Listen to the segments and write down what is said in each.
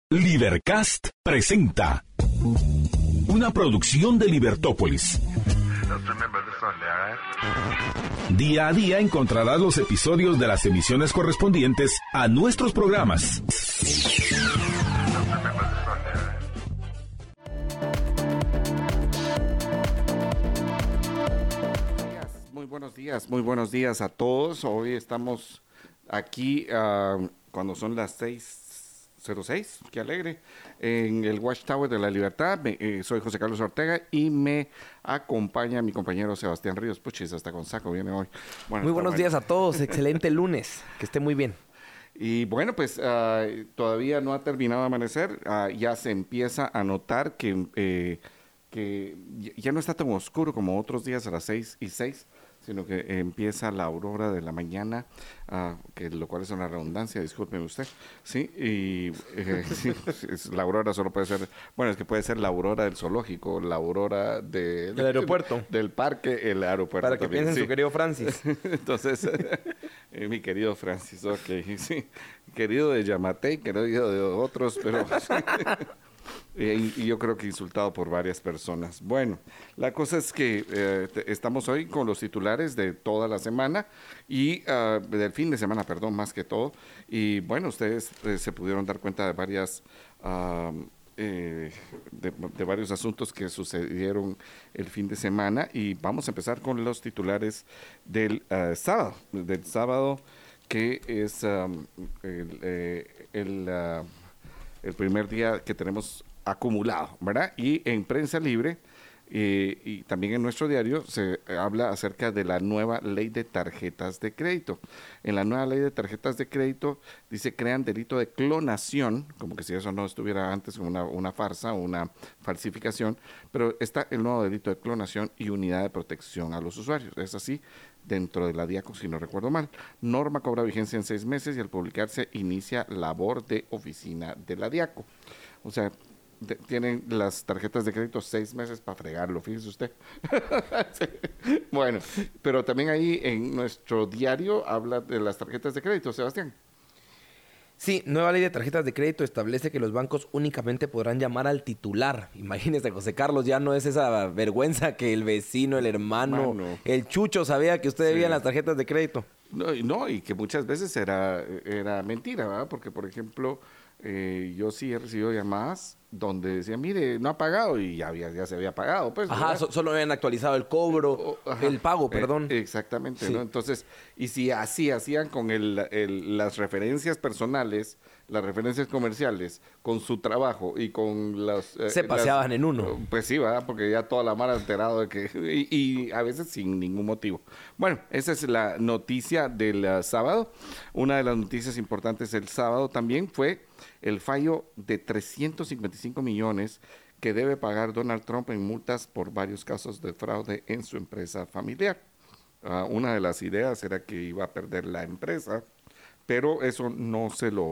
Libercast presenta una producción de Libertópolis. Día a día encontrarás los episodios de las emisiones correspondientes a nuestros programas. Muy buenos días a todos. Hoy estamos aquí cuando son las 6:06, qué alegre, en el Watchtower de la Libertad. Soy José Carlos Ortega y me acompaña mi compañero Sebastián Ríos. Puchis, hasta con saco viene hoy. Bueno, muy buenos días a todos, excelente lunes, que esté muy bien. Y bueno, pues todavía no ha terminado de amanecer, ya se empieza a notar que ya no está tan oscuro como otros días a las 6:06, sino que empieza la aurora de la mañana, lo cual es una redundancia, discúlpeme usted, ¿sí? Y sí, la aurora solo puede ser, bueno, es que puede ser la aurora del zoológico, la aurora del aeropuerto. Del parque, el aeropuerto. Para que también, piensen sí. Su querido Francis. Entonces, mi querido Francis, ok, sí, querido de Yamatei, querido de otros, pero... Y yo creo que insultado por varias personas. Bueno, la cosa es que estamos hoy con los titulares de toda la semana y del fin de semana, perdón, más que todo. Y bueno, ustedes se pudieron dar cuenta de varias de varios asuntos que sucedieron el fin de semana, y vamos a empezar con los titulares del sábado, que es el primer día que tenemos acumulado, ¿verdad? Y en Prensa Libre y también en nuestro diario se habla acerca de la nueva ley de tarjetas de crédito. En la nueva ley de tarjetas de crédito dice crean delito de clonación, como que si eso no estuviera antes como una farsa o una falsificación, pero está el nuevo delito de clonación y unidad de protección a los usuarios. Es así dentro de la DIACO, si no recuerdo mal. Norma cobra vigencia en 6 meses y al publicarse inicia labor de oficina de la DIACO. O sea, tienen las tarjetas de crédito 6 meses para fregarlo, fíjese usted. Sí. Bueno, pero también ahí en nuestro diario habla de las tarjetas de crédito, Sebastián. Sí, nueva ley de tarjetas de crédito establece que los bancos únicamente podrán llamar al titular. Imagínese, José Carlos, ya no es esa vergüenza que el vecino, el hermano, el chucho sabía que usted debía en las tarjetas de crédito. No, y que muchas veces era mentira, ¿verdad? Porque, por ejemplo, yo sí he recibido llamadas donde decían, mire, no ha pagado, y ya se había pagado, pues. Ajá, solo habían actualizado el cobro, el pago, perdón. Exactamente, sí. ¿no? Entonces, y si así hacían con las referencias personales, las referencias comerciales, con su trabajo y con las... se paseaban en uno. Pues sí, ¿verdad? Porque ya toda la mara enterado de que... Y a veces sin ningún motivo. Bueno, esa es la noticia del sábado. Una de las noticias importantes del sábado también fue el fallo de 355 millones que debe pagar Donald Trump en multas por varios casos de fraude en su empresa familiar. Una de las ideas era que iba a perder la empresa, pero eso no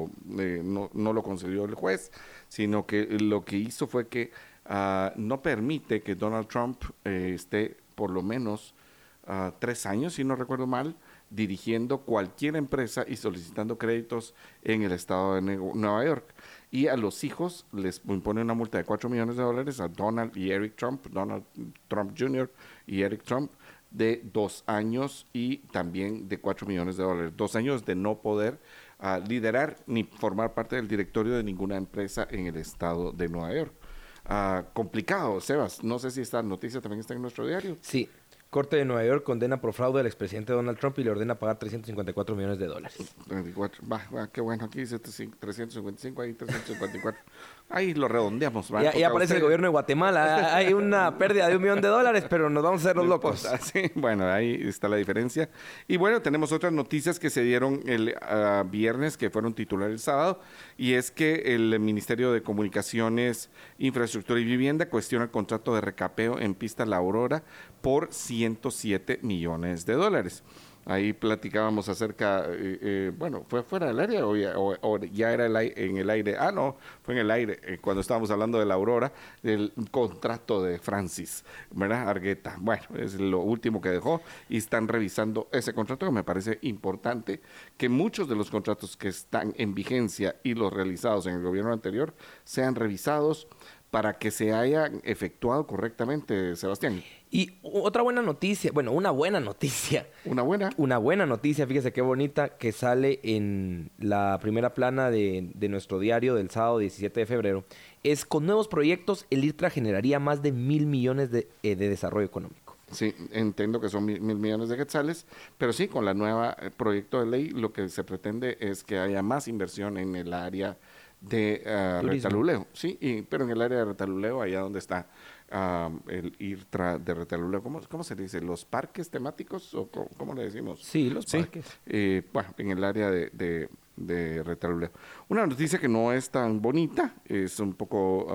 lo concedió el juez, sino que lo que hizo fue que no permite que Donald Trump esté por lo menos 3 años, si no recuerdo mal, dirigiendo cualquier empresa y solicitando créditos en el estado de Nueva York. Y a los hijos les impone una multa de $4 millones a Donald y Eric Trump, Donald Trump Jr. y Eric Trump, de 2 años y también de $4 millones. 2 años de no poder liderar ni formar parte del directorio de ninguna empresa en el estado de Nueva York. Complicado, Sebas. No sé si esta noticia también está en nuestro diario. Sí. Corte de Nueva York condena por fraude al expresidente Donald Trump y le ordena pagar $354 millones. 24, qué bueno, aquí dice 355, ahí 354. Ahí lo redondeamos. Y aparece el gobierno de Guatemala. Hay una pérdida de $1 millón, pero nos vamos a hacer los locos. Sí, bueno, ahí está la diferencia. Y bueno, tenemos otras noticias que se dieron el viernes, que fueron titular el sábado, y es que el Ministerio de Comunicaciones, Infraestructura y Vivienda cuestiona el contrato de recapeo en Pista La Aurora por $107 millones. Ahí platicábamos acerca, bueno, ¿fue fuera del área o ya era en el aire? Ah, no, fue en el aire, cuando estábamos hablando de la Aurora, del contrato de Francis, ¿verdad? Argueta. Bueno, es lo último que dejó y están revisando ese contrato, que me parece importante que muchos de los contratos que están en vigencia y los realizados en el gobierno anterior sean revisados para que se hayan efectuado correctamente, Sebastián. Y otra buena noticia, bueno, una buena noticia. ¿Una buena? Una buena noticia, fíjese qué bonita, que sale en la primera plana de nuestro diario del sábado 17 de febrero. Es: con nuevos proyectos, el IRTRA generaría más de 1,000 millones de desarrollo económico. Sí, entiendo que son 1,000 millones de quetzales, pero sí, con la nueva proyecto de ley, lo que se pretende es que haya más inversión en el área de Retaluleu, sí, pero en el área de Retaluleu, allá donde está el IRTRA de Retaluleu, ¿cómo se dice? ¿Los parques temáticos o cómo le decimos? Sí, los parques. Bueno, en el área de Retaluleu. Una noticia que no es tan bonita, es un poco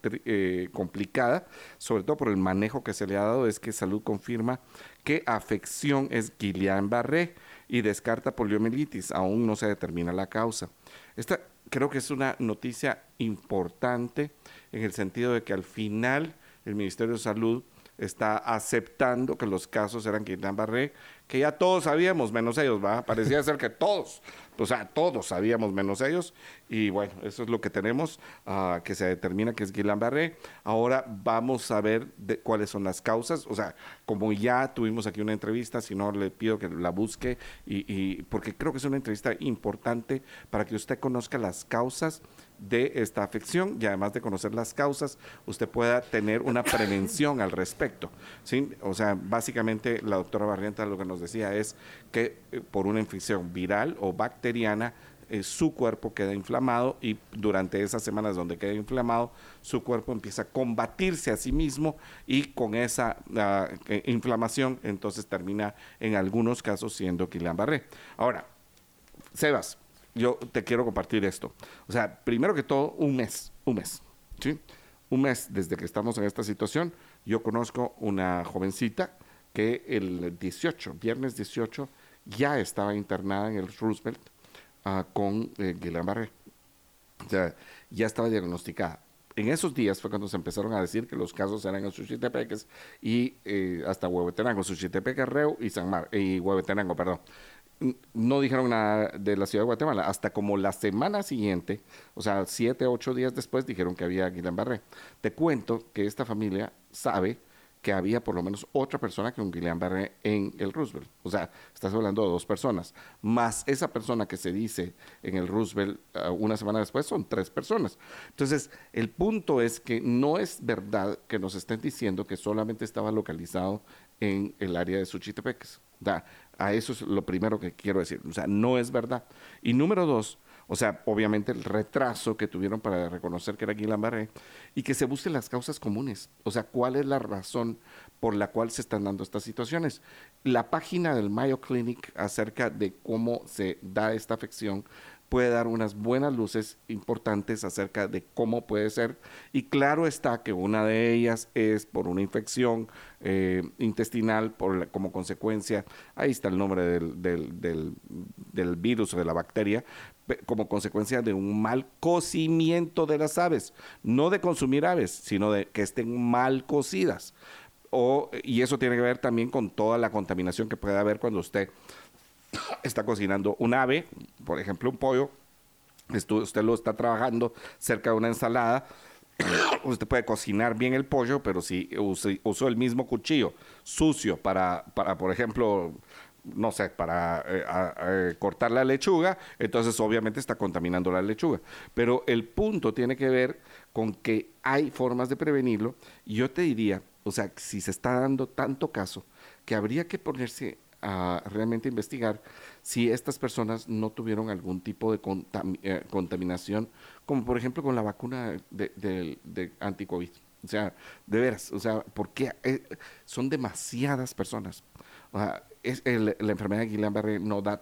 complicada, sobre todo por el manejo que se le ha dado, es que Salud confirma que afección es Guillain-Barré y descarta poliomielitis, aún no se determina la causa. Esta creo que es una noticia importante en el sentido de que al final el Ministerio de Salud está aceptando que los casos eran Guillain-Barré, que ya todos sabíamos, menos ellos, ¿va? Parecía ser que todos, o sea, todos sabíamos menos ellos, y bueno, eso es lo que tenemos, que se determina que es Guillain-Barré. Ahora vamos a ver cuáles son las causas, o sea, como ya tuvimos aquí una entrevista, si no le pido que la busque, y porque creo que es una entrevista importante para que usted conozca las causas de esta afección y además de conocer las causas, usted pueda tener una prevención al respecto, ¿sí? O sea, básicamente la doctora Barrientos lo que nos decía es que por una infección viral o bacteriana, su cuerpo queda inflamado y durante esas semanas donde queda inflamado, su cuerpo empieza a combatirse a sí mismo y con esa inflamación entonces termina en algunos casos siendo Guillain-Barré. Ahora, Sebas, yo te quiero compartir esto. O sea, primero que todo, un mes, ¿sí? Un mes desde que estamos en esta situación. Yo conozco una jovencita que el viernes 18, ya estaba internada en el Roosevelt con Guillain-Barré. O sea, ya estaba diagnosticada. En esos días fue cuando se empezaron a decir que los casos eran en Suchitepeques y hasta Huehuetenango, Suchitepeques, Reu y Huehuetenango, perdón. No dijeron nada de la ciudad de Guatemala, hasta como la semana siguiente, o sea, 7, 8 días después, dijeron que había Guillain-Barré. Te cuento que esta familia sabe que había por lo menos otra persona con Guillain-Barré en el Roosevelt. O sea, estás hablando de 2 personas. Más esa persona que se dice en el Roosevelt una semana después, son 3 personas. Entonces, el punto es que no es verdad que nos estén diciendo que solamente estaba localizado en el área de Suchitepeques. A eso es lo primero que quiero decir. O sea, no es verdad. Y número 2, o sea, obviamente el retraso que tuvieron para reconocer que era Guillain-Barré y que se busquen las causas comunes. O sea, ¿cuál es la razón por la cual se están dando estas situaciones? La página del Mayo Clinic acerca de cómo se da esta afección puede dar unas buenas luces importantes acerca de cómo puede ser, y claro está que una de ellas es por una infección intestinal como consecuencia, ahí está el nombre del virus o de la bacteria, como consecuencia de un mal cocimiento de las aves, no de consumir aves, sino de que estén mal cocidas, y eso tiene que ver también con toda la contaminación que puede haber cuando usted está cocinando un ave, por ejemplo un pollo, usted lo está trabajando cerca de una ensalada, usted puede cocinar bien el pollo, pero si usó el mismo cuchillo sucio para por ejemplo, no sé, para cortar la lechuga, entonces obviamente está contaminando la lechuga. Pero el punto tiene que ver con que hay formas de prevenirlo, y yo te diría, o sea, si se está dando tanto caso, que habría que ponerse a realmente investigar si estas personas no tuvieron algún tipo de contaminación, como por ejemplo con la vacuna de anti-COVID. O sea, de veras, o sea, porque son demasiadas personas. O sea, la enfermedad de Guillain-Barré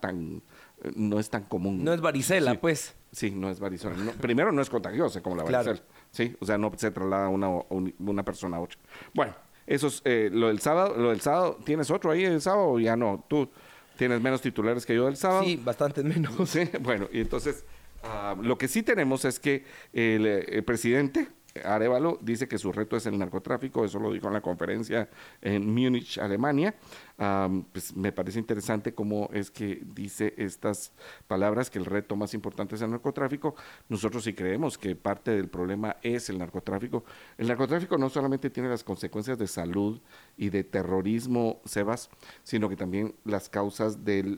no es tan común. No es varicela, sí, pues. Sí, no es varicela. No, primero, no es contagiosa como la varicela. Claro. Sí, o sea, no se traslada una persona a otra. Bueno, eso es lo del sábado. ¿Tienes otro ahí el sábado o ya no? Tú Tienes menos titulares que yo del sábado. Sí, bastante menos. Sí, bueno, y entonces lo que sí tenemos es que el presidente Arévalo dice que su reto es el narcotráfico, eso lo dijo en la conferencia en Múnich, Alemania. Pues me parece interesante cómo es que dice estas palabras, que el reto más importante es el narcotráfico. Nosotros sí creemos que parte del problema es el narcotráfico. El narcotráfico no solamente tiene las consecuencias de salud y de terrorismo, Sebas, sino que también las causas de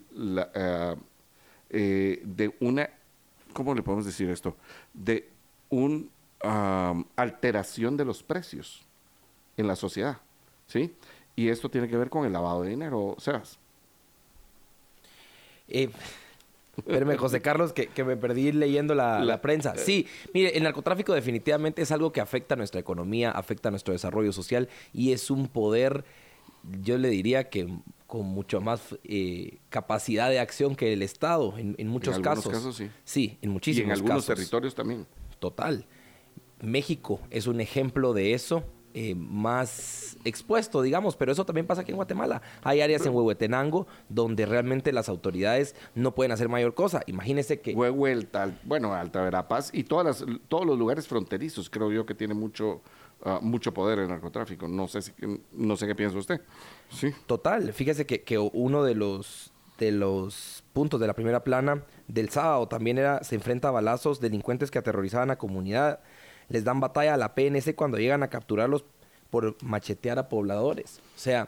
una, ¿cómo le podemos decir esto? De un alteración de los precios en la sociedad, ¿sí? Y esto tiene que ver con el lavado de dinero, Sebas. Espérame, José Carlos, que me perdí leyendo la prensa. Sí, mire, el narcotráfico definitivamente es algo que afecta a nuestra economía, afecta a nuestro desarrollo social y es un poder, yo le diría que con mucho más capacidad de acción que el Estado, en muchos casos. En algunos casos, sí. Sí, en muchísimos casos. Y en algunos territorios también. Total. México es un ejemplo de eso, más expuesto, digamos, pero eso también pasa aquí en Guatemala. Hay áreas en Huehuetenango donde realmente las autoridades no pueden hacer mayor cosa. Imagínese que... Alta Verapaz y todos los lugares fronterizos, creo yo que tiene mucho poder el narcotráfico. No sé qué piensa usted. Sí. Total. Fíjese que uno de los puntos de la primera plana del sábado también se enfrenta a balazos delincuentes que aterrorizaban a comunidad. Les dan batalla a la PNC cuando llegan a capturarlos por machetear a pobladores. O sea,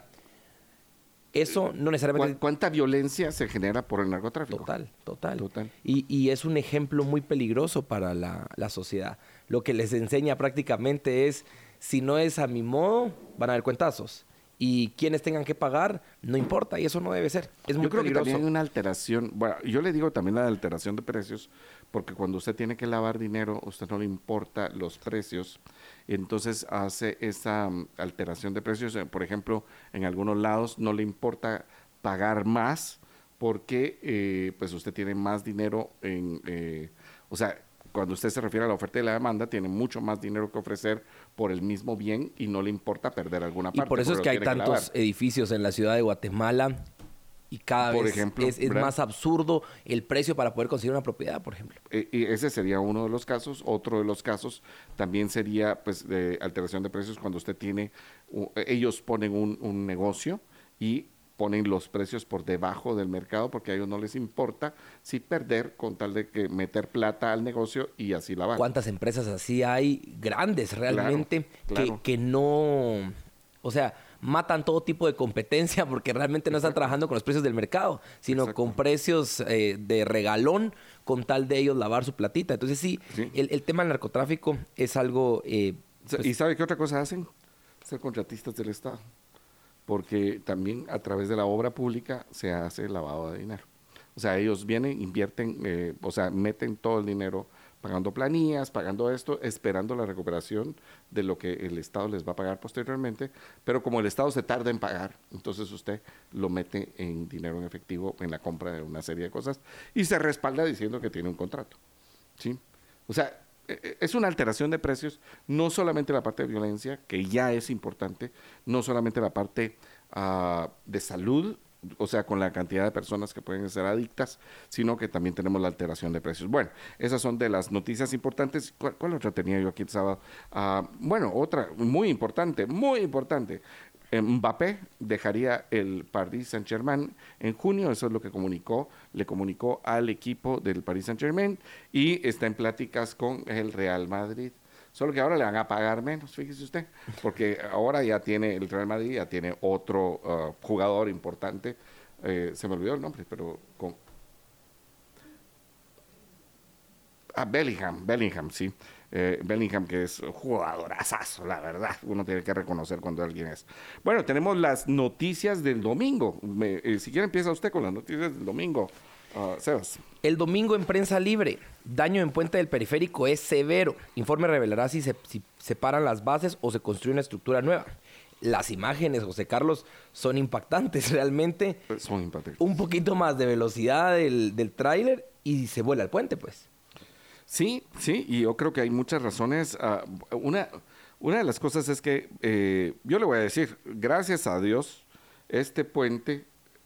eso no necesariamente... ¿Cuánta violencia se genera por el narcotráfico? Total. Y es un ejemplo muy peligroso para la sociedad. Lo que les enseña prácticamente es, si no es a mi modo, van a haber cuentazos. Y quienes tengan que pagar, no importa, y eso no debe ser. Es muy peligroso. Yo creo que también hay una alteración, bueno, yo le digo también la alteración de precios, porque cuando usted tiene que lavar dinero, a usted no le importa los precios, entonces hace esa alteración de precios. Por ejemplo, en algunos lados no le importa pagar más, porque pues usted tiene más dinero cuando usted se refiere a la oferta y la demanda, tiene mucho más dinero que ofrecer por el mismo bien y no le importa perder alguna parte. Y por eso es que hay tantos edificios en la ciudad de Guatemala y cada vez es más absurdo el precio para poder conseguir una propiedad, por ejemplo. Y ese sería uno de los casos. Otro de los casos también sería pues de alteración de precios cuando usted tiene, ellos ponen un negocio y ponen los precios por debajo del mercado porque a ellos no les importa si perder con tal de que meter plata al negocio y así la van. ¿Cuántas empresas así hay grandes realmente claro. Que no, o sea, matan todo tipo de competencia porque realmente no están trabajando con los precios del mercado, sino con precios de regalón con tal de ellos lavar su platita? Entonces sí. El tema del narcotráfico es algo... ¿Y sabe qué otra cosa hacen? Ser contratistas del Estado. Porque también a través de la obra pública se hace lavado de dinero. O sea, ellos vienen, invierten, meten todo el dinero pagando planillas, pagando esto, esperando la recuperación de lo que el Estado les va a pagar posteriormente, pero como el Estado se tarda en pagar, entonces usted lo mete en dinero en efectivo en la compra de una serie de cosas y se respalda diciendo que tiene un contrato, ¿sí? O sea, es una alteración de precios, no solamente la parte de violencia, que ya es importante, no solamente la parte de salud, o sea, con la cantidad de personas que pueden ser adictas, sino que también tenemos la alteración de precios. Bueno, esas son de las noticias importantes. ¿Cuál otra tenía yo aquí el sábado? Otra muy importante. Mbappé dejaría el Paris Saint-Germain en junio, eso es lo que le comunicó al equipo del Paris Saint-Germain y está en pláticas con el Real Madrid. Solo que ahora le van a pagar menos, fíjese usted, porque ahora ya tiene el Real Madrid, ya tiene otro jugador importante, se me olvidó el nombre, pero Bellingham, sí. Bellingham, que es jugadorazazo, la verdad. Uno tiene que reconocer cuando alguien es. Bueno, tenemos las noticias del domingo. Si quiere empieza usted con las noticias del domingo, Sebas. El domingo en Prensa Libre, daño en Puente del Periférico es severo. Informe revelará si se paran las bases o se construye una estructura nueva. Las imágenes, José Carlos, son impactantes realmente. Son impactantes. Un poquito más de velocidad del tráiler y se vuela el puente, pues. Sí, y yo creo que hay muchas razones. Una de las cosas es que yo le voy a decir, gracias a Dios, este puente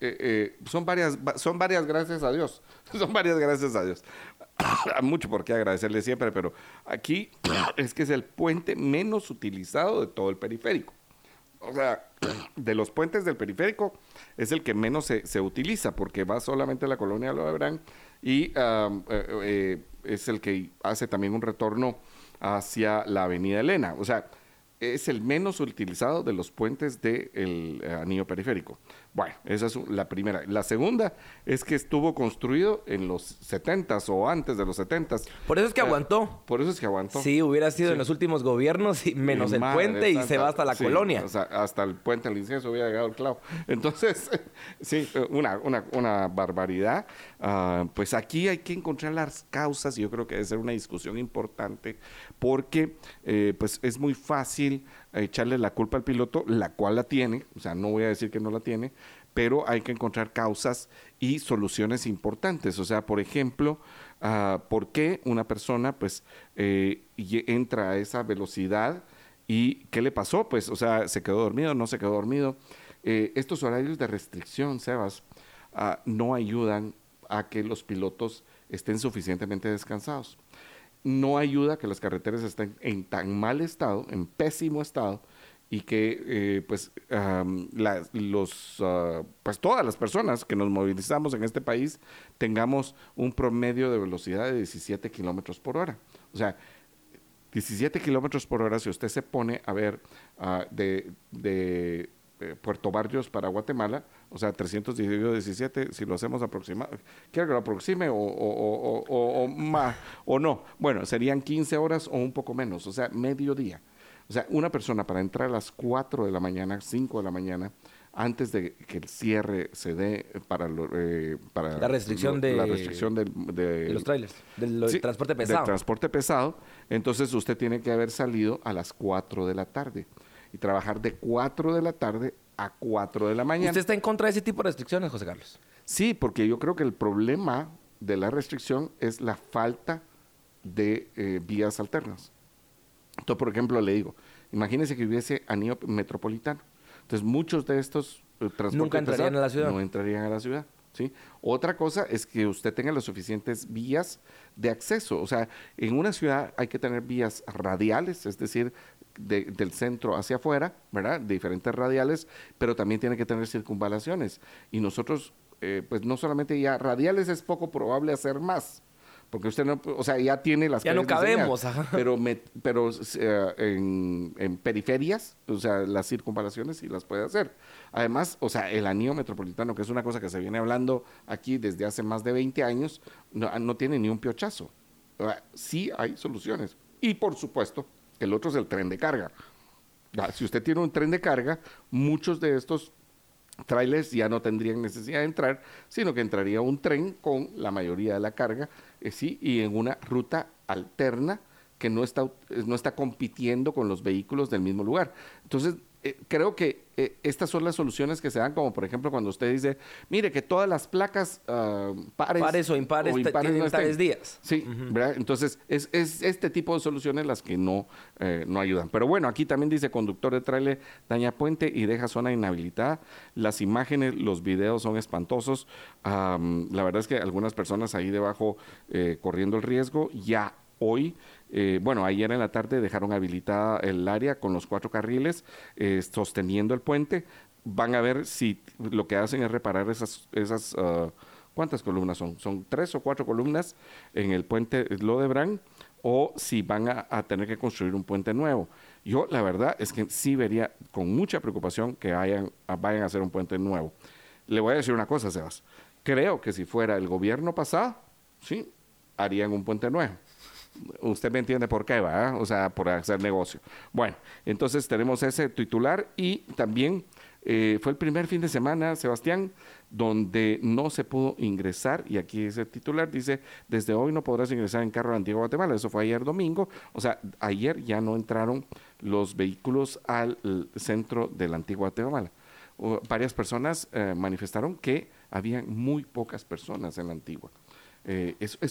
son varias gracias a Dios. Son varias gracias a Dios. Mucho por qué agradecerle siempre, pero aquí es que es el puente menos utilizado de todo el periférico. O sea, de los puentes del periférico es el que menos se utiliza porque va solamente a la colonia Lodebrán y es el que hace también un retorno hacia la avenida Elena. O sea, es el menos utilizado de los puentes del anillo periférico. Bueno, esa es la primera. La segunda es que estuvo construido en los 70s o antes de los 70s. Por eso es que aguantó. Por eso es que aguantó. Sí, hubiera sido en los últimos gobiernos y menos el puente y se va hasta la colonia. O sea, hasta el puente del incienso hubiera llegado el clavo. Entonces, sí, una barbaridad. Pues aquí hay que encontrar las causas y yo creo que debe ser una discusión importante porque pues es muy fácil echarle la culpa al piloto, la cual la tiene, o sea, no voy a decir que no la tiene, pero hay que encontrar causas y soluciones importantes. O sea, por ejemplo, ¿por qué una persona pues entra a esa velocidad y qué le pasó? Pues, o sea, ¿se quedó dormido? ¿No se quedó dormido? Estos horarios de restricción, Sebas, no ayudan a que los pilotos estén suficientemente descansados. No ayuda que las carreteras estén en tan mal estado, en pésimo estado, y que pues todas las personas que nos movilizamos en este país tengamos un promedio de velocidad de 17 kilómetros por hora. O sea, 17 kilómetros por hora, si usted se pone a ver de Puerto Barrios para Guatemala, o sea, 317, si lo hacemos aproximado, quiero que lo aproxime o más, o no. Bueno, serían 15 horas o un poco menos, o sea, mediodía. O sea, una persona para entrar a las 4 de la mañana, 5 de la mañana, antes de que el cierre se dé para la restricción de los trailers, del transporte pesado. Del transporte pesado, entonces usted tiene que haber salido a las 4 de la tarde y trabajar de 4 de la tarde a 4 de la mañana. ¿Usted está en contra de ese tipo de restricciones, José Carlos? Sí, porque yo creo que el problema de la restricción es la falta de vías alternas. Entonces, por ejemplo, le digo, imagínese que hubiese anillo metropolitano. Entonces, muchos de estos transportes nunca entrarían a la ciudad. No entrarían a la ciudad, ¿sí? Otra cosa es que usted tenga las suficientes vías de acceso. O sea, en una ciudad hay que tener vías radiales, es decir, del centro hacia afuera, ¿verdad? De diferentes radiales, pero también tiene que tener circunvalaciones. Y nosotros, pues no solamente ya radiales es poco probable hacer más, porque usted no, o sea, ya tiene las ya no cabemos, ajá. Pero en periferias, o sea, las circunvalaciones sí las puede hacer. Además, o sea, el anillo metropolitano, que es una cosa que se viene hablando aquí desde hace más de 20 años, no tiene ni un piochazo. O sea, sí hay soluciones. Y por supuesto, el otro es el tren de carga. Si usted tiene un tren de carga, muchos de estos trailers ya no tendrían necesidad de entrar, sino que entraría un tren con la mayoría de la carga, sí, y en una ruta alterna que no está compitiendo con los vehículos del mismo lugar. Entonces, creo que estas son las soluciones que se dan, como por ejemplo cuando usted dice, mire que todas las placas pares o impares tienen tales días. Sí, ¿verdad? Entonces es este tipo de soluciones las que no ayudan. Pero bueno, aquí también dice, conductor de tráiler daña puente y deja zona inhabilitada. Las imágenes, los videos son espantosos. La verdad es que algunas personas ahí debajo corriendo el riesgo. Ya hoy, ayer en la tarde dejaron habilitada el área con los 4 carriles sosteniendo el puente. Van a ver si lo que hacen es reparar esas ¿cuántas columnas son? Son 3 o 4 columnas en el puente Lodebrán, o si van a tener que construir un puente nuevo. Yo la verdad es que sí vería con mucha preocupación que vayan a hacer un puente nuevo. Le voy a decir una cosa, Sebas. Creo que si fuera el gobierno pasado, sí, harían un puente nuevo. Usted me entiende por qué, ¿va? O sea, por hacer negocio. Bueno, entonces tenemos ese titular y también fue el primer fin de semana, Sebastián, donde no se pudo ingresar, y aquí ese titular dice, desde hoy no podrás ingresar en carro a la Antigua Guatemala. Eso fue ayer domingo, o sea, ayer ya no entraron los vehículos al centro de la Antigua Guatemala. Varias personas manifestaron que había muy pocas personas en la Antigua.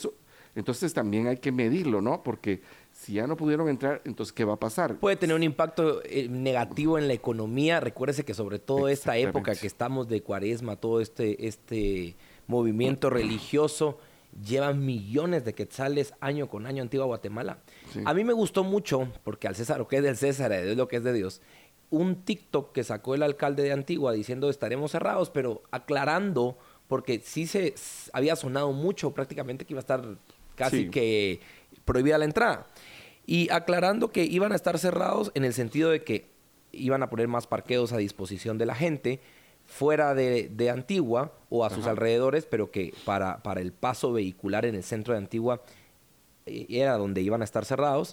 Entonces también hay que medirlo, ¿no? Porque si ya no pudieron entrar, entonces ¿qué va a pasar? Puede tener un impacto negativo en la economía. Recuérdese que sobre todo esta época que estamos de Cuaresma, todo este movimiento religioso, llevan millones de quetzales año con año Antigua Guatemala. Sí. A mí me gustó mucho, porque al César lo que es del César, a Dios lo que es de Dios, un TikTok que sacó el alcalde de Antigua diciendo estaremos cerrados, pero aclarando, porque sí se había sonado mucho prácticamente que iba a estar casi que prohibida la entrada. Y aclarando que iban a estar cerrados en el sentido de que iban a poner más parqueos a disposición de la gente fuera de Antigua o a sus alrededores, pero que para el paso vehicular en el centro de Antigua era donde iban a estar cerrados.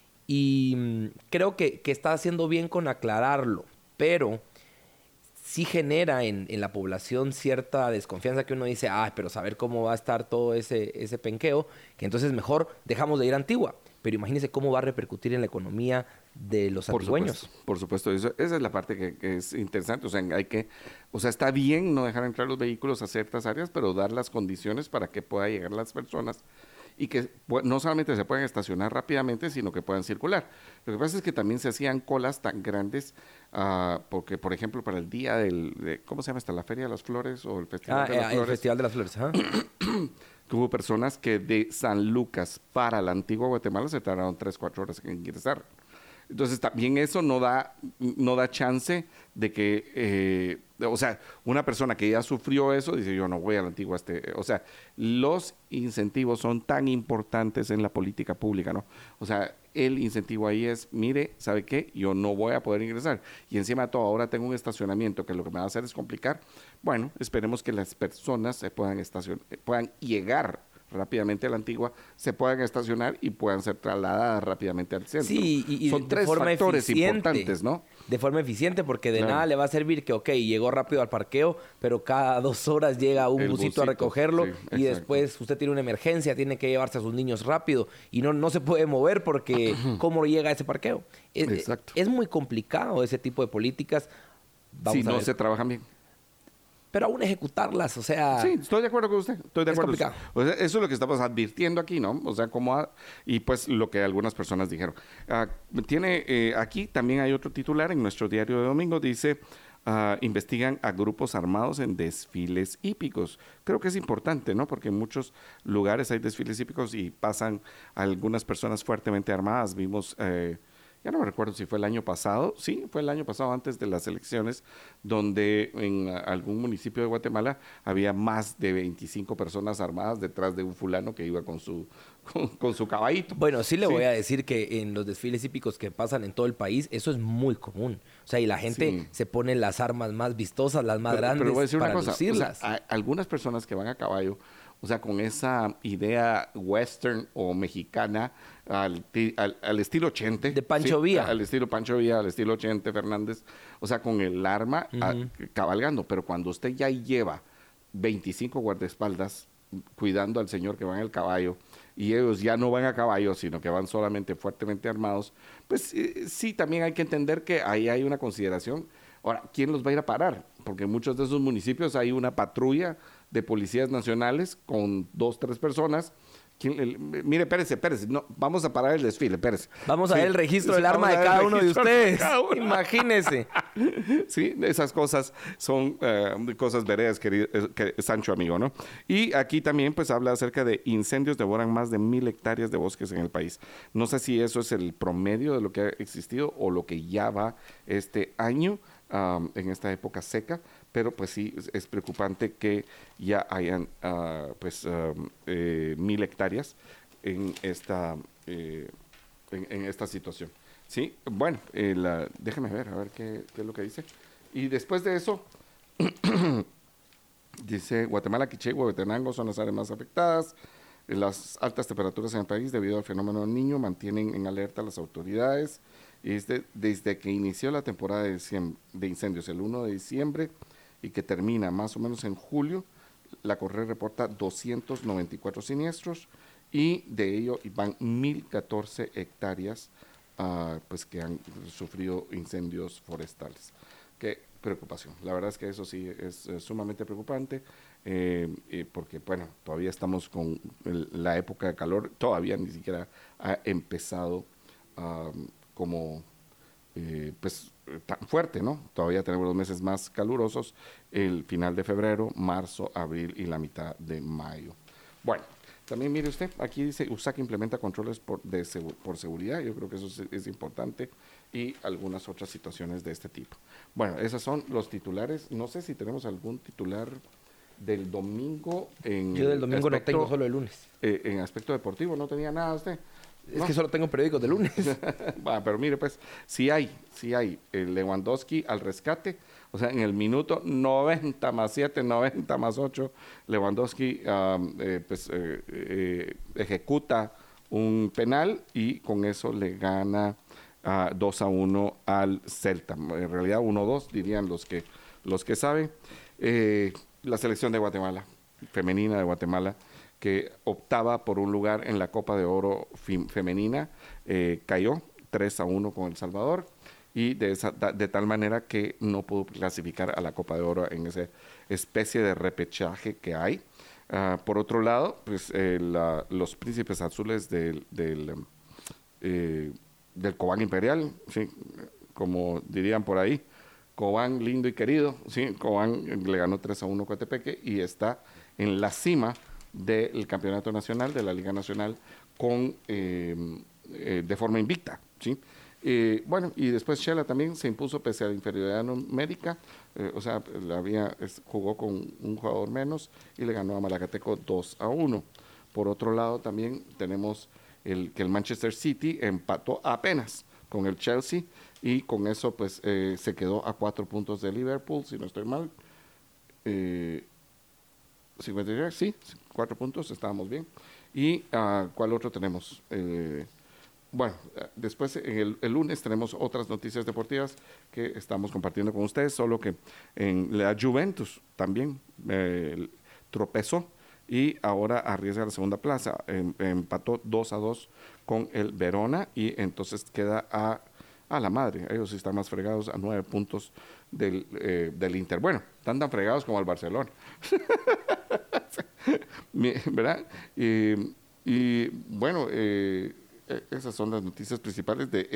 Y creo que está haciendo bien con aclararlo, pero sí genera en la población cierta desconfianza que uno dice, pero saber cómo va a estar todo ese penqueo, que entonces mejor dejamos de ir a Antigua. Pero imagínense cómo va a repercutir en la economía de los antigüeños. Por supuesto, esa es la parte que es interesante. O sea, está bien no dejar entrar los vehículos a ciertas áreas, pero dar las condiciones para que puedan llegar las personas y que no solamente se puedan estacionar rápidamente, sino que puedan circular. Lo que pasa es que también se hacían colas tan grandes, porque, por ejemplo, para el día ¿cómo se llama esta? ¿La Feria de las Flores o el Festival de las Flores? El Festival de las Flores, Hubo personas que de San Lucas para la Antigua Guatemala se tardaron 3-4 horas en ingresar. Entonces también eso no da chance de que, o sea, una persona que ya sufrió eso dice yo no voy a la Antigua. O sea, los incentivos son tan importantes en la política pública, ¿no? O sea, el incentivo ahí es, mire, ¿sabe qué? Yo no voy a poder ingresar. Y encima de todo, ahora tengo un estacionamiento que lo que me va a hacer es complicar. Bueno, esperemos que las personas se puedan llegar rápidamente a la Antigua, se puedan estacionar y puedan ser trasladadas rápidamente al centro. Sí, y son tres factores importantes, ¿no? De forma eficiente, porque de nada le va a servir que, llegó rápido al parqueo, pero cada 2 horas llega un busito a recogerlo y después usted tiene una emergencia, tiene que llevarse a sus niños rápido y no se puede mover porque ¿cómo llega a ese parqueo? Es muy complicado ese tipo de políticas. Si no se trabajan bien. Pero aún ejecutarlas, o sea... Sí, estoy de acuerdo con usted. Estoy de acuerdo. Complicado. O sea, eso es lo que estamos advirtiendo aquí, ¿no? O sea, y pues lo que algunas personas dijeron. Aquí también hay otro titular en nuestro diario de domingo, dice... investigan a grupos armados en desfiles hípicos. Creo que es importante, ¿no? Porque en muchos lugares hay desfiles hípicos y pasan algunas personas fuertemente armadas. Vimos... ya no me recuerdo si fue el año pasado, sí, fue el año pasado antes de las elecciones, donde en algún municipio de Guatemala había más de 25 personas armadas detrás de un fulano que iba con su caballito. Bueno, sí le voy a decir que en los desfiles hípicos que pasan en todo el país, eso es muy común. O sea, y la gente se pone las armas más vistosas, las más grandes, pero voy a decir para una cosa, lucirlas. O sea, algunas personas que van a caballo, o sea, con esa idea western o mexicana al estilo Chente. De Pancho Villa. Al estilo Pancho Villa, al estilo Chente Fernández. O sea, con el arma cabalgando. Pero cuando usted ya lleva 25 guardaespaldas cuidando al señor que va en el caballo y ellos ya no van a caballo, sino que van solamente fuertemente armados, pues sí, también hay que entender que ahí hay una consideración. Ahora, ¿quién los va a ir a parar? Porque en muchos de esos municipios hay una patrulla de policías nacionales con 2-3 personas. Mire, espérese, no, vamos a parar el desfile, espérese. Vamos a ver el registro del arma de cada uno de ustedes. Imagínese. Sí, esas cosas son cosas veredas, Sancho amigo, ¿no? Y aquí también pues habla acerca de incendios devoran más de 1,000 hectáreas de bosques en el país. No sé si eso es el promedio de lo que ha existido o lo que ya va este año en esta época seca, pero pues sí es preocupante que ya hayan 1,000 hectáreas en esta situación. Sí, bueno, déjeme ver, a ver qué es lo que dice. Y después de eso, dice Guatemala, Quiché y Huehuetenango son las áreas más afectadas. Las altas temperaturas en el país debido al fenómeno del Niño mantienen en alerta a las autoridades. Desde que inició la temporada de incendios el 1 de diciembre y que termina más o menos en julio, la Correa reporta 294 siniestros y de ello van 1,014 hectáreas pues que han sufrido incendios forestales. Que preocupación. La verdad es que eso sí es sumamente preocupante, porque, bueno, todavía estamos con la época de calor, todavía ni siquiera ha empezado como, pues, tan fuerte, ¿no? Todavía tenemos los meses más calurosos, el final de febrero, marzo, abril y la mitad de mayo. Bueno, también mire usted, aquí dice USAC implementa controles por seguridad, yo creo que eso es importante, y algunas otras situaciones de este tipo. Bueno, esos son los titulares. No sé si tenemos algún titular del domingo. Yo del domingo no tengo, solo el lunes. En aspecto deportivo, ¿no tenía nada usted? Es que solo tengo periódicos de lunes. Pero mire, pues, sí hay. Lewandowski al rescate. O sea, en el minuto 90 más 7, 90 más 8, Lewandowski ejecuta un penal y con eso le gana 2-1 al Celta. En realidad 1-2 dirían los que saben. La selección de Guatemala, femenina de Guatemala, que optaba por un lugar en la Copa de Oro femenina, cayó 3-1 con El Salvador y de tal manera que no pudo clasificar a la Copa de Oro en esa especie de repechaje que hay. Por otro lado, pues los príncipes azules del Cobán Imperial, ¿sí? Como dirían por ahí, Cobán lindo y querido, ¿sí? Cobán le ganó 3-1 a Coatepeque y está en la cima del campeonato nacional, de la Liga Nacional, de forma invicta, ¿sí? Bueno, y después Shela también se impuso pese a la inferioridad numérica, jugó con un jugador menos y le ganó a Malacateco 2-1. Por otro lado, también tenemos que el Manchester City empató apenas con el Chelsea y con eso pues se quedó a 4 puntos de Liverpool, si no estoy mal. 53, sí, 4 puntos, estábamos bien. ¿Y cuál otro tenemos? Bueno, después el lunes tenemos otras noticias deportivas que estamos compartiendo con ustedes, solo que en la Juventus también tropezó y ahora arriesga la segunda plaza. Empató 2-2 con el Verona y entonces queda a la madre. Ellos sí están más fregados a 9 puntos del Inter. Bueno, están tan fregados como el Barcelona. ¿Verdad? Y bueno, esas son las noticias principales de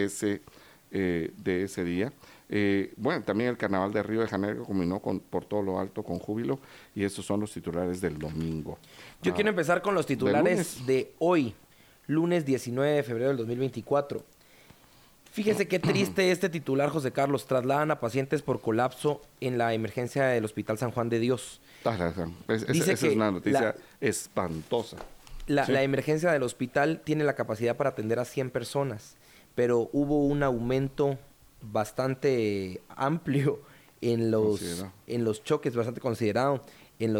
ese día. Bueno, también el Carnaval de Río de Janeiro culminó por todo lo alto con júbilo y esos son los titulares del domingo. Yo quiero empezar con los titulares de hoy, lunes 19 de febrero del 2024. Fíjese qué triste este titular, José Carlos. Trasladan a pacientes por colapso en la emergencia del Hospital San Juan de Dios. Esa es una noticia espantosa. Sí. La emergencia del hospital tiene la capacidad para atender a 100 personas, pero hubo un aumento bastante amplio en los choques, bastante considerado, en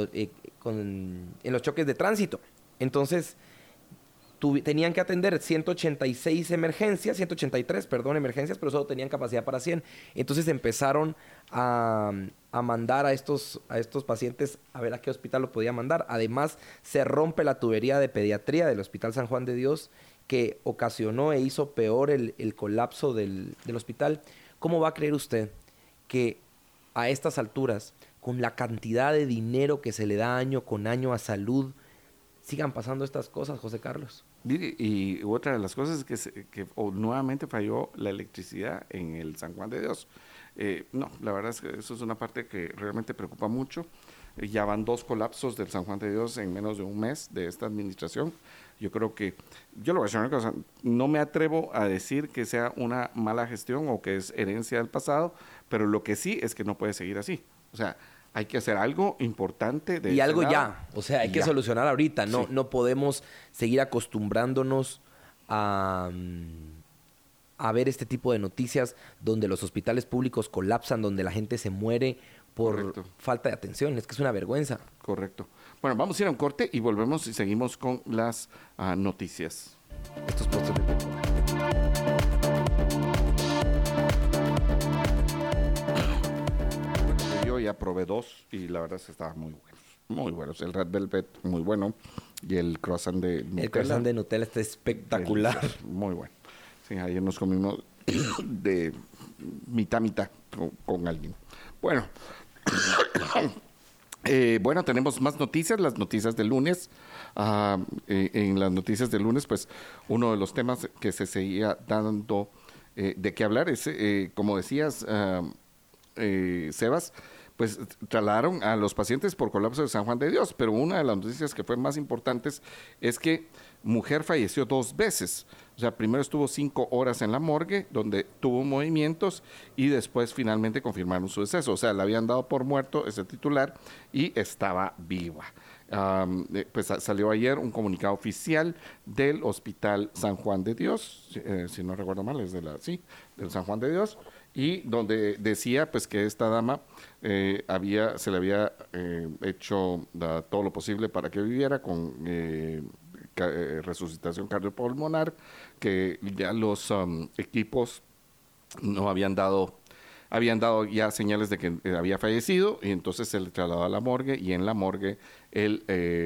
los choques de tránsito. Entonces, tenían que atender 183 emergencias, pero solo tenían capacidad para 100. Entonces empezaron a mandar a estos pacientes a ver a qué hospital lo podía mandar. Además, se rompe la tubería de pediatría del Hospital San Juan de Dios, que ocasionó e hizo peor el colapso del hospital. ¿Cómo va a creer usted que a estas alturas, con la cantidad de dinero que se le da año con año a salud, sigan pasando estas cosas, José Carlos? Y otra de las cosas es que nuevamente falló la electricidad en el San Juan de Dios. No, la verdad es que eso es una parte que realmente preocupa mucho. Ya van 2 colapsos del San Juan de Dios en menos de un mes de esta administración. Yo creo que, yo lo voy a decir una cosa, no me atrevo a decir que sea una mala gestión o que es herencia del pasado, pero lo que sí es que no puede seguir así. O sea, hay que hacer algo importante. Y algo ya, o sea, hay que solucionar ahorita. No, sí. No podemos seguir acostumbrándonos a ver este tipo de noticias donde los hospitales públicos colapsan, donde la gente se muere por falta de atención. Es que es una vergüenza. Correcto. Bueno, vamos a ir a un corte y volvemos y seguimos con las noticias. Estos postes de Yo ya probé 2 y la verdad es que estaban muy buenos. Muy buenos. El Red Velvet, muy bueno. Y el croissant de Nutella. El croissant de Nutella está espectacular. Delicioso, muy bueno. Sí, ayer nos comimos de mitad con alguien. Bueno, bueno, tenemos más noticias, las noticias del lunes. En las noticias del lunes, pues uno de los temas que se seguía dando de qué hablar es, como decías, Sebas, pues trasladaron a los pacientes por colapso de San Juan de Dios, pero una de las noticias que fue más importantes es que mujer falleció 2 veces. O sea, primero estuvo 5 horas en la morgue, donde tuvo movimientos, y después finalmente confirmaron su deceso. O sea, le habían dado por muerto ese titular y estaba viva. Pues salió ayer un comunicado oficial del Hospital San Juan de Dios, si no recuerdo mal, es del San Juan de Dios, y donde decía pues que esta dama se le había hecho todo lo posible para que viviera con resucitación cardiopulmonar, que ya los equipos no habían dado ya señales de que había fallecido, y entonces se le trasladó a la morgue, y en la morgue el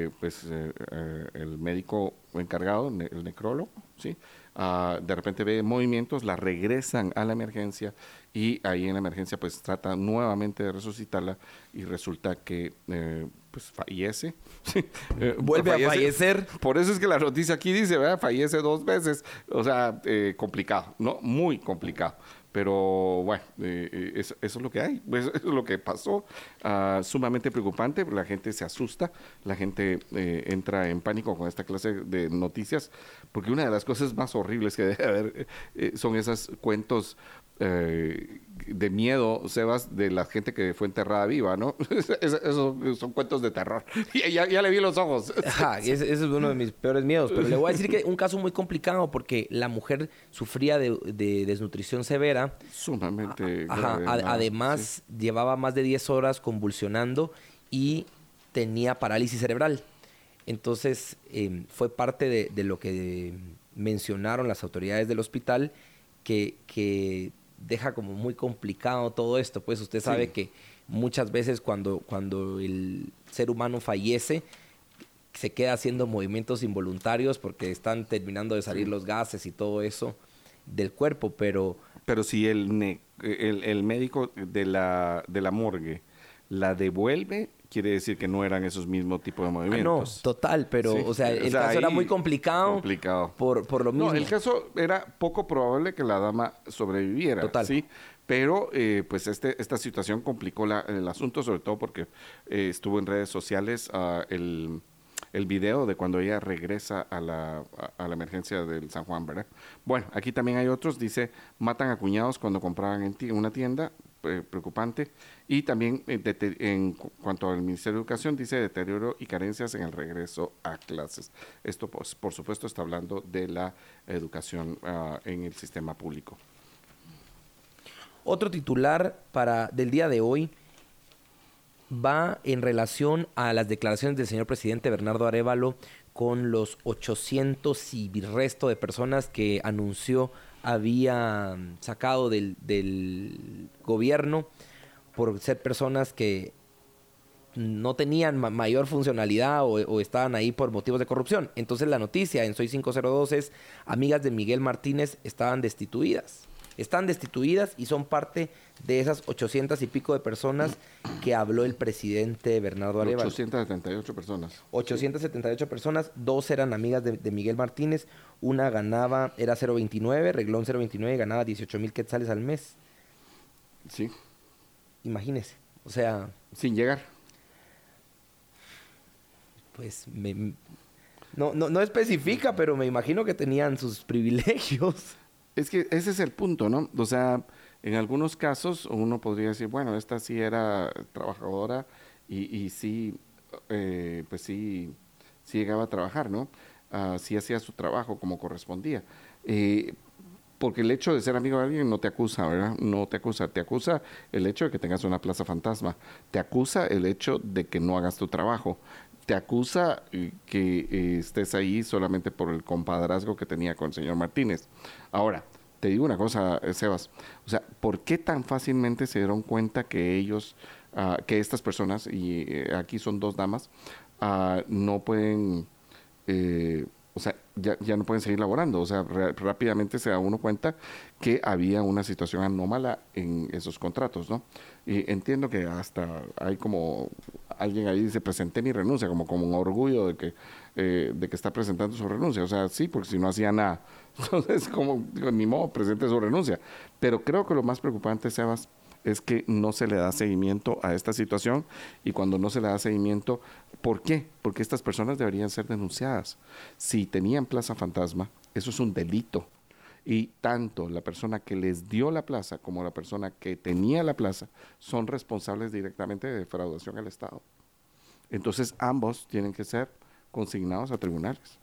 médico encargado, el necrólogo, ¿sí? De repente ve movimientos, la regresan a la emergencia, y ahí en la emergencia pues trata nuevamente de resucitarla, y resulta que pues fallece. Vuelve a fallecer. Por eso es que la noticia aquí dice, ¿verdad? Fallece 2 veces. O sea, complicado, ¿no? Muy complicado. Pero bueno, eso es lo que hay, eso es lo que pasó. Sumamente preocupante, la gente se asusta, la gente entra en pánico con esta clase de noticias, porque una de las cosas más horribles que debe haber son esos cuentos de miedo, Sebas, de la gente que fue enterrada viva, ¿no? Esos son cuentos de terror. Ya le vi los ojos. Ese es uno de mis peores miedos. Pero le voy a decir que un caso muy complicado, porque la mujer sufría de desnutrición severa. Sumamente grave. Además, sí, llevaba más de 10 horas convulsionando y tenía parálisis cerebral. Entonces, fue parte de lo que mencionaron las autoridades del hospital, que deja como muy complicado todo esto. Pues usted sabe que muchas veces cuando el ser humano fallece, se queda haciendo movimientos involuntarios porque están terminando de salir los gases y todo eso del cuerpo, pero si el médico de la morgue la devuelve, quiere decir que no eran esos mismos tipos de movimientos. No, total, pero o sea, el caso era muy complicado. Por lo mismo. No, el caso era poco probable que la dama sobreviviera. Total. Sí, pero pues esta situación complicó el asunto, sobre todo porque estuvo en redes sociales el video de cuando ella regresa a la emergencia del San Juan, ¿verdad? Bueno, aquí también hay otros, dice, matan a cuñados cuando compraban en una tienda, preocupante. Y también en cuanto al Ministerio de Educación, dice deterioro y carencias en el regreso a clases. Esto, pues, por supuesto, está hablando de la educación en el sistema público. Otro titular del día de hoy va en relación a las declaraciones del señor presidente Bernardo Arévalo con los 800 y resto de personas que anunció había sacado del gobierno por ser personas que no tenían mayor funcionalidad o estaban ahí por motivos de corrupción. Entonces la noticia en Soy 502 es: amigas de Miguel Martínez estaban destituidas. Están destituidas y son parte de esas 800 y pico de personas que habló el presidente Bernardo Arévalo. 878 personas. 878 personas, 2 eran amigas de Miguel Martínez, una era 0.29, reglón 0.29, ganaba 18,000 quetzales al mes. Sí. Imagínese, o sea... Sin llegar. Pues no especifica, pero me imagino que tenían sus privilegios. Es que ese es el punto, ¿no? O sea, en algunos casos uno podría decir, bueno, esta sí era trabajadora y sí, pues sí llegaba a trabajar, ¿no? Sí hacía su trabajo como correspondía. Porque el hecho de ser amigo de alguien no te acusa, ¿verdad? No te acusa. Te acusa el hecho de que tengas una plaza fantasma. Te acusa el hecho de que no hagas tu trabajo. Te acusa que estés ahí solamente por el compadrazgo que tenía con el señor Martínez. Ahora, te digo una cosa, Sebas. O sea, ¿por qué tan fácilmente se dieron cuenta que que estas personas, y aquí son 2 damas, no pueden... o sea, ya no pueden seguir laborando. O sea, rápidamente se da uno cuenta que había una situación anómala en esos contratos, ¿no? Y entiendo que hasta hay como alguien ahí dice, presenté mi renuncia, como un orgullo de que está presentando su renuncia. O sea, sí, porque si no hacía nada. Entonces, digo, ni modo, presente su renuncia. Pero creo que lo más preocupante, Sebas, es que no se le da seguimiento a esta situación, y cuando no se le da seguimiento, ¿por qué? Porque estas personas deberían ser denunciadas. Si tenían plaza fantasma, eso es un delito, y tanto la persona que les dio la plaza como la persona que tenía la plaza son responsables directamente de defraudación al Estado. Entonces ambos tienen que ser consignados a tribunales.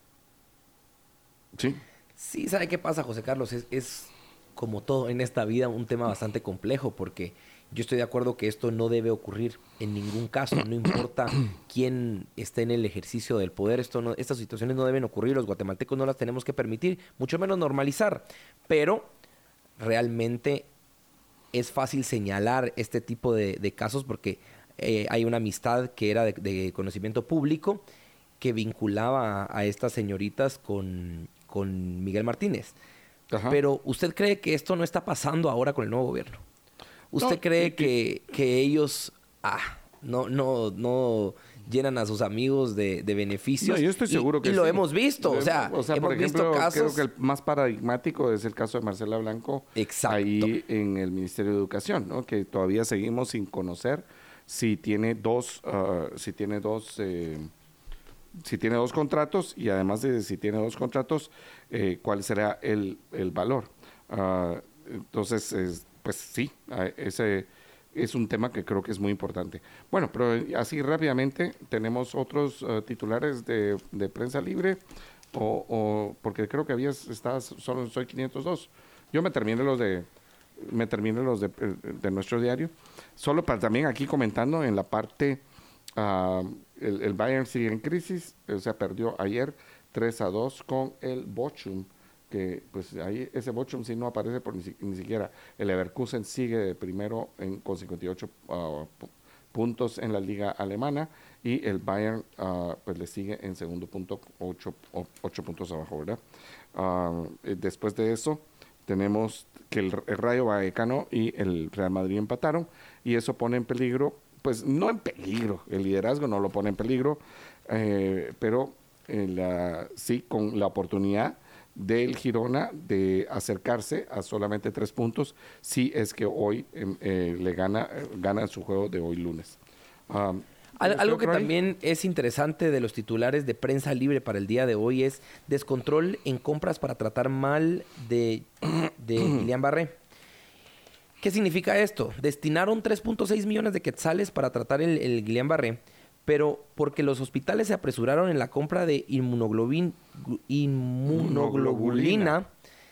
¿Sí? Sí, ¿sabe qué pasa, José Carlos? Es como todo en esta vida, un tema bastante complejo, porque yo estoy de acuerdo que esto no debe ocurrir en ningún caso, no importa quién esté en el ejercicio del poder, estas situaciones no deben ocurrir, los guatemaltecos no las tenemos que permitir, mucho menos normalizar, pero realmente es fácil señalar este tipo de casos porque hay una amistad que era de conocimiento público que vinculaba a estas señoritas con Miguel Martínez. Ajá. Pero ¿usted cree que esto no está pasando ahora con el nuevo gobierno? ¿Usted cree que ellos no llenan a sus amigos de beneficios? No, yo estoy seguro que sí. Y lo hemos visto. O sea, hemos por ejemplo, visto casos. Creo que el más paradigmático es el caso de Marcela Blanco. Exacto. Ahí en el Ministerio de Educación, ¿no? Que todavía seguimos sin conocer si tiene dos contratos, y además de si tiene dos contratos, cuál será el valor. Entonces, pues sí, ese es un tema que creo que es muy importante. Bueno, pero así rápidamente, ¿tenemos otros titulares de Prensa Libre? Porque creo que estabas solo Soy 502. Yo me terminé los de nuestro diario. Solo para también aquí comentando en la parte... el Bayern sigue en crisis, o sea, perdió ayer 3-2 con el Bochum, que pues ahí ese Bochum sí no aparece por ni siquiera. El Leverkusen sigue de primero con 58 puntos en la liga alemana, y el Bayern pues le sigue en segundo punto, 8 puntos abajo, ¿verdad? Después de eso tenemos que el Rayo Vallecano y el Real Madrid empataron, y eso pone en peligro, pues no en peligro, el liderazgo no lo pone en peligro, pero sí con la oportunidad del Girona de acercarse a solamente 3 puntos, si es que hoy le gana su juego de hoy lunes. Algo que también es interesante de los titulares de Prensa Libre para el día de hoy es descontrol en compras para tratar mal de Guillain-Barré. ¿Qué significa esto? Destinaron 3.6 millones de quetzales para tratar el Guillain-Barré, pero porque los hospitales se apresuraron en la compra de inmunoglobulina,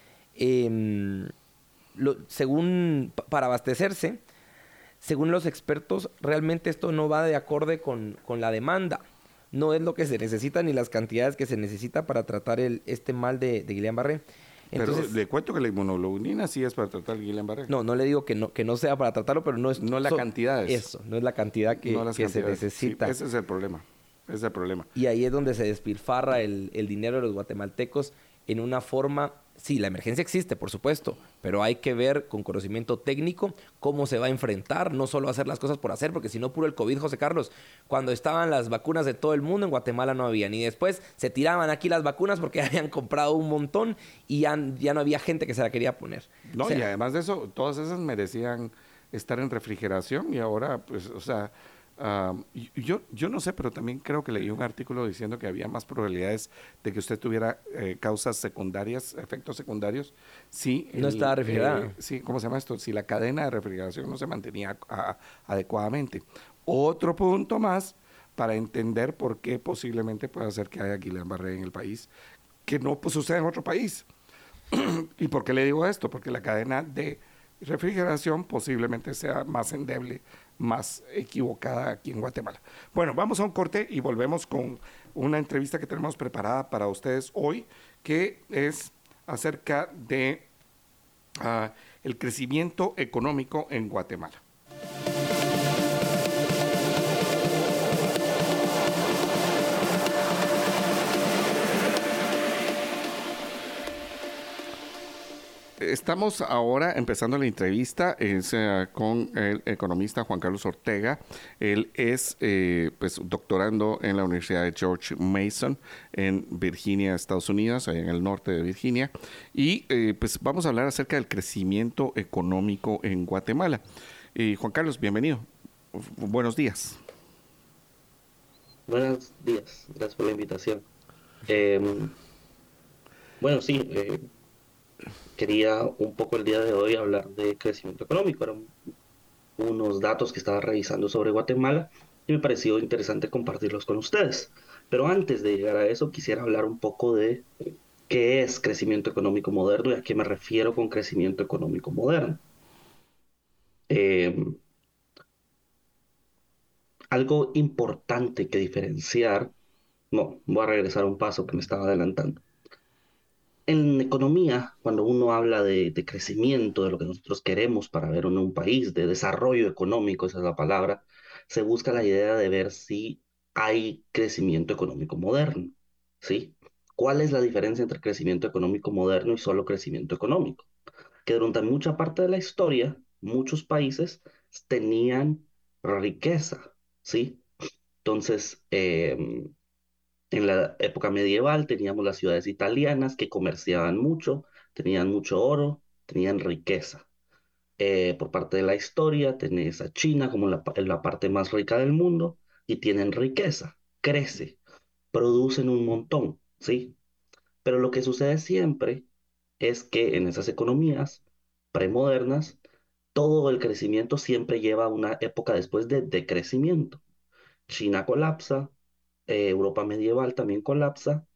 para abastecerse, según los expertos, realmente esto no va de acorde con la demanda. No es lo que se necesita ni las cantidades que se necesita para tratar este mal de Guillain-Barré. Entonces, pero le cuento que la inmunoglobulina sí es para tratar el Guillain-Barré. No le digo que no sea para tratarlo, pero no es... No la cantidad es. Eso, no es la cantidad que se necesita. Sí, ese es el problema. Y ahí es donde se despilfarra el dinero de los guatemaltecos en una forma... Sí, la emergencia existe, por supuesto, pero hay que ver con conocimiento técnico cómo se va a enfrentar, no solo hacer las cosas por hacer, porque si no, puro el COVID, José Carlos. Cuando estaban las vacunas de todo el mundo, en Guatemala no había, ni después se tiraban aquí las vacunas porque habían comprado un montón y ya no había gente que se la quería poner. No, y además de eso, todas esas merecían estar en refrigeración, y ahora, pues, o sea... yo no sé, pero también creo que leí un artículo diciendo que había más probabilidades de que usted tuviera causas secundarias, efectos secundarios, si no estaba refrigerada. Sí, ¿cómo se llama esto? Si la cadena de refrigeración no se mantenía adecuadamente. Otro punto más para entender por qué posiblemente puede ser que haya Guillain-Barré en el país, que no sucede en otro país. ¿Y por qué le digo esto? Porque la cadena de refrigeración posiblemente sea más endeble, más equivocada aquí en Guatemala. Bueno, vamos a un corte y volvemos con una entrevista que tenemos preparada para ustedes hoy, que es acerca de el crecimiento económico en Guatemala. estamos ahora empezando la entrevista con el economista Juan Carlos Ortega. Él es pues doctorando en la Universidad de George Mason en Virginia, Estados Unidos, en el norte de Virginia. Y pues vamos a hablar acerca del crecimiento económico en Guatemala. Juan Carlos, bienvenido. Buenos días. Buenos días, gracias por la invitación. Bueno, sí, quería un poco el día de hoy hablar de crecimiento económico. Eran unos datos que estaba revisando sobre Guatemala y me pareció interesante compartirlos con ustedes. Pero antes de llegar a eso, quisiera hablar un poco de qué es crecimiento económico moderno y a qué me refiero con crecimiento económico moderno. Algo importante que diferenciar, no, voy a regresar un paso que me estaba adelantando. En economía, cuando uno habla de crecimiento, de lo que nosotros queremos para ver en un país, de desarrollo económico, esa es la palabra, se busca la idea de ver si hay crecimiento económico moderno, ¿sí? ¿Cuál es la diferencia entre crecimiento económico moderno y solo crecimiento económico? Que durante mucha parte de la historia, muchos países tenían riqueza, ¿sí? Entonces, en la época medieval teníamos las ciudades italianas que comerciaban mucho, tenían mucho oro, tenían riqueza. Por parte de la historia, tenés a China como la parte más rica del mundo y tienen riqueza, crece, producen un montón, ¿sí? Pero lo que sucede siempre es que en esas economías premodernas, todo el crecimiento siempre lleva a una época después de decrecimiento. China colapsa, Europa medieval también colapsa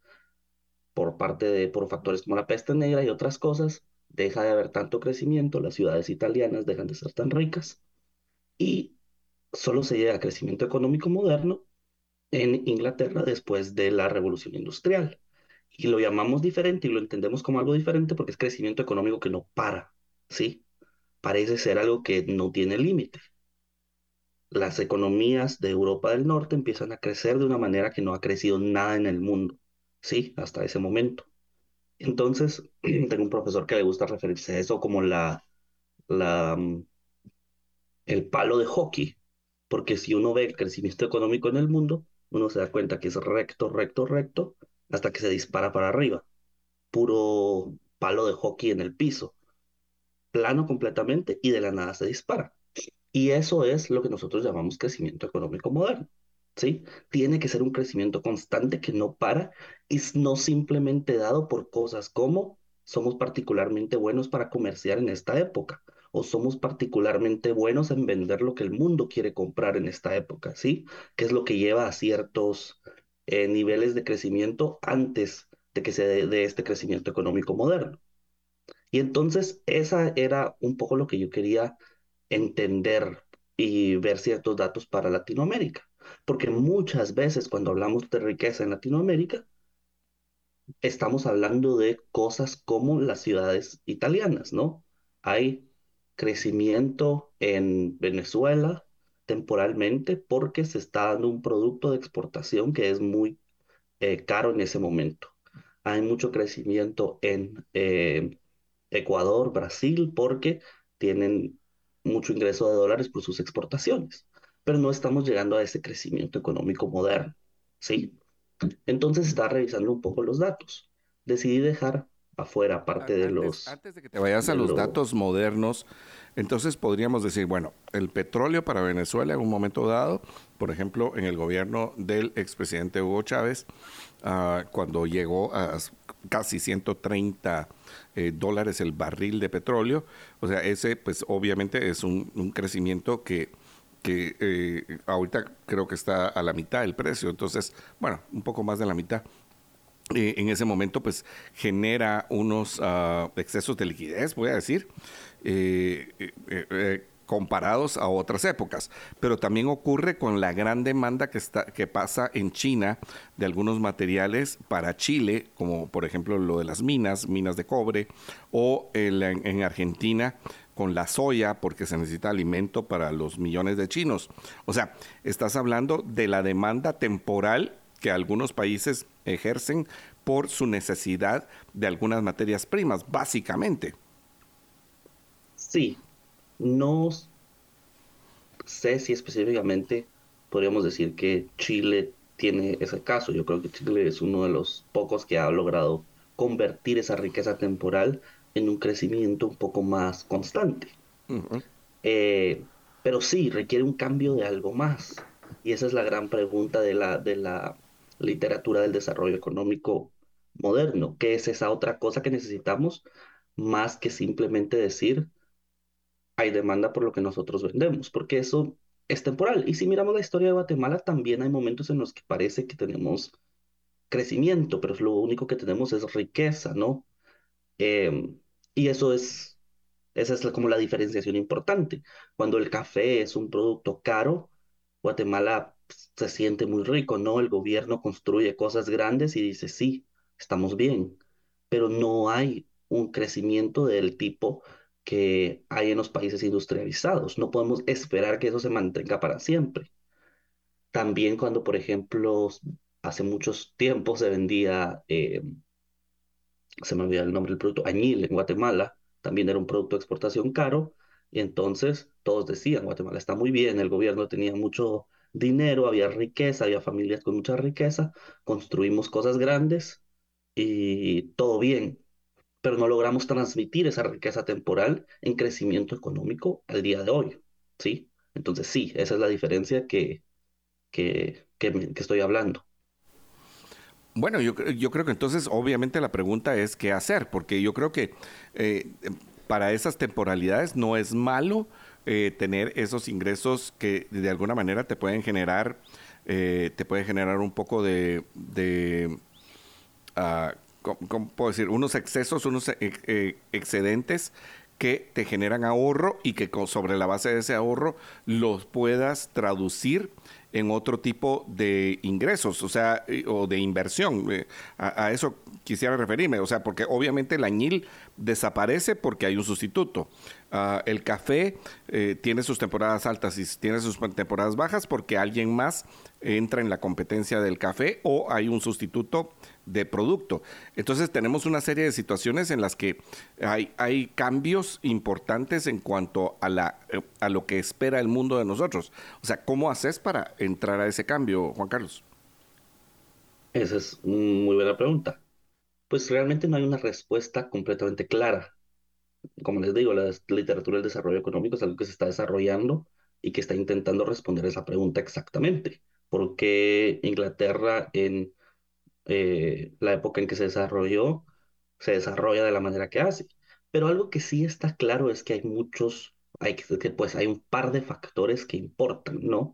por factores como la peste negra y otras cosas, deja de haber tanto crecimiento, las ciudades italianas dejan de ser tan ricas y solo se llega a crecimiento económico moderno en Inglaterra después de la Revolución Industrial. Y lo llamamos diferente y lo entendemos como algo diferente porque es crecimiento económico que no para, ¿sí? Parece ser algo que no tiene límite. Las economías de Europa del Norte empiezan a crecer de una manera que no ha crecido nada en el mundo, ¿sí? Hasta ese momento. Entonces, tengo un profesor que le gusta referirse a eso como la, mm, el palo de hockey, porque si uno ve el crecimiento económico en el mundo, uno se da cuenta que es recto, recto, recto, hasta que se dispara para arriba. Puro palo de hockey en el piso, plano completamente y de la nada se dispara. Y eso es lo que nosotros llamamos crecimiento económico moderno, ¿sí? Tiene que ser un crecimiento constante que no para y no simplemente dado por cosas como somos particularmente buenos para comerciar en esta época o somos particularmente buenos en vender lo que el mundo quiere comprar en esta época, ¿sí? Que es lo que lleva a ciertos niveles de crecimiento antes de que se dé este crecimiento económico moderno. Y entonces esa era un poco lo que yo quería entender y ver ciertos datos para Latinoamérica. Porque muchas veces cuando hablamos de riqueza en Latinoamérica, estamos hablando de cosas como las ciudades italianas, ¿no? Hay crecimiento en Venezuela temporalmente porque se está dando un producto de exportación que es muy caro en ese momento. Hay mucho crecimiento en Ecuador, Brasil, porque tienen mucho ingreso de dólares por sus exportaciones, pero no estamos llegando a ese crecimiento económico moderno, ¿sí? Entonces estaba revisando un poco los datos. Decidí dejar afuera parte de Antes de que te vayas a los datos modernos, entonces podríamos decir, bueno, el petróleo para Venezuela en un momento dado, por ejemplo, en el gobierno del expresidente Hugo Chávez, cuando llegó a casi 130 dólares el barril de petróleo, o sea, ese pues obviamente es un crecimiento que ahorita creo que está a la mitad del precio, entonces, bueno, un poco más de la mitad. En ese momento pues genera unos excesos de liquidez, voy a decir, comparados a otras épocas, pero también ocurre con la gran demanda que pasa en China de algunos materiales para Chile, como por ejemplo lo de las minas de cobre, o en Argentina con la soya, porque se necesita alimento para los millones de chinos. O sea, estás hablando de la demanda temporal que algunos países ejercen por su necesidad de algunas materias primas, básicamente. Sí, no sé si específicamente podríamos decir que Chile tiene ese caso. Yo creo que Chile es uno de los pocos que ha logrado convertir esa riqueza temporal en un crecimiento un poco más constante. Ujú. Pero sí, requiere un cambio de algo más. Y esa es la gran pregunta de la literatura del desarrollo económico moderno. ¿Qué es esa otra cosa que necesitamos más que simplemente decir hay demanda por lo que nosotros vendemos? Porque eso es temporal. Y si miramos la historia de Guatemala, también hay momentos en los que parece que tenemos crecimiento, pero lo único que tenemos es riqueza, ¿no? Y eso es esa es como la diferenciación importante. Cuando el café es un producto caro, Guatemala se siente muy rico, ¿no? El gobierno construye cosas grandes y dice, sí, estamos bien, pero no hay un crecimiento del tipo que hay en los países industrializados. No podemos esperar que eso se mantenga para siempre. También cuando, por ejemplo, hace muchos tiempos se vendía se me olvidó el nombre del producto, añil en Guatemala, también era un producto de exportación caro, y entonces todos decían, Guatemala está muy bien, el gobierno tenía mucho dinero, había riqueza, había familias con mucha riqueza, construimos cosas grandes y todo bien, pero no logramos transmitir esa riqueza temporal en crecimiento económico al día de hoy, ¿sí? Entonces sí, esa es la diferencia que estoy hablando. Bueno, yo creo que entonces obviamente la pregunta es qué hacer, porque yo creo que eh, para esas temporalidades no es malo tener esos ingresos que de alguna manera te pueden generar un poco ¿cómo puedo decir? Unos excesos, unos excedentes que te generan ahorro y que sobre la base de ese ahorro los puedas traducir en otro tipo de ingresos, o sea, o de inversión. A eso quisiera referirme, o sea, porque obviamente el añil desaparece porque hay un sustituto. El café tiene sus temporadas altas y tiene sus temporadas bajas porque alguien más entra en la competencia del café o hay un sustituto de producto. Entonces tenemos una serie de situaciones en las que hay cambios importantes en cuanto a lo que espera el mundo de nosotros. O sea, ¿cómo haces para entrar a ese cambio, Juan Carlos? Esa es una muy buena pregunta. Pues realmente no hay una respuesta completamente clara. Como les digo, la literatura del desarrollo económico es algo que se está desarrollando y que está intentando responder esa pregunta exactamente. ¿Por qué Inglaterra en la época en que se desarrolla de la manera que hace? Pero algo que sí está claro es que hay pues hay un par de factores que importan, ¿no?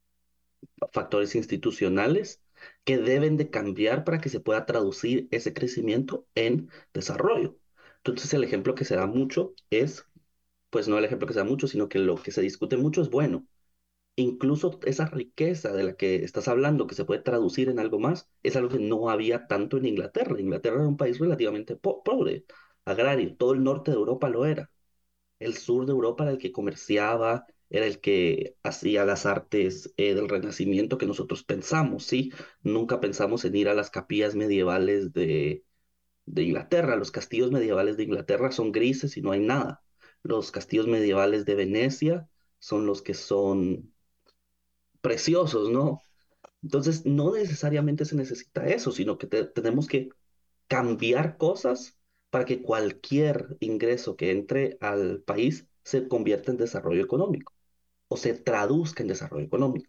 Factores institucionales que deben de cambiar para que se pueda traducir ese crecimiento en desarrollo. Entonces, el ejemplo que se da mucho es, pues no el ejemplo que se da mucho, sino que lo que se discute mucho es, bueno, incluso esa riqueza de la que estás hablando, que se puede traducir en algo más, es algo que no había tanto en Inglaterra. Inglaterra era un país relativamente pobre, agrario, todo el norte de Europa lo era. El sur de Europa era el que comerciaba, era el que hacía las artes del Renacimiento que nosotros pensamos, ¿sí? Nunca pensamos en ir a las capillas medievales de Inglaterra. Los castillos medievales de Inglaterra son grises y no hay nada. Los castillos medievales de Venecia son los que son preciosos, ¿no? Entonces, no necesariamente se necesita eso, sino que tenemos que cambiar cosas para que cualquier ingreso que entre al país se convierta en desarrollo económico o se traduzca en desarrollo económico.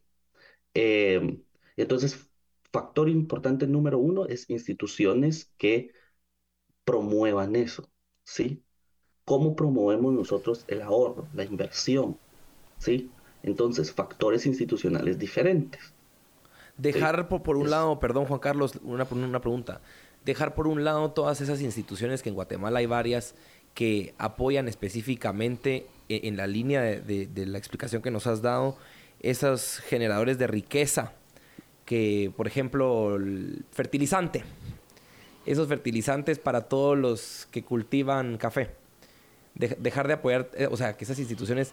Eh, entonces, factor importante número uno es instituciones que promuevan eso, ¿sí? ¿Cómo promovemos nosotros el ahorro, la inversión, ¿sí? Entonces, factores institucionales diferentes, ¿sí? Dejar por un Es, lado, perdón Juan Carlos, una pregunta. Dejar por un lado todas esas instituciones que en Guatemala hay varias que apoyan específicamente en la línea de la explicación que nos has dado, esos generadores de riqueza que, por ejemplo, el fertilizante, esos fertilizantes para todos los que cultivan café. Dejar de apoyar, o sea, que esas instituciones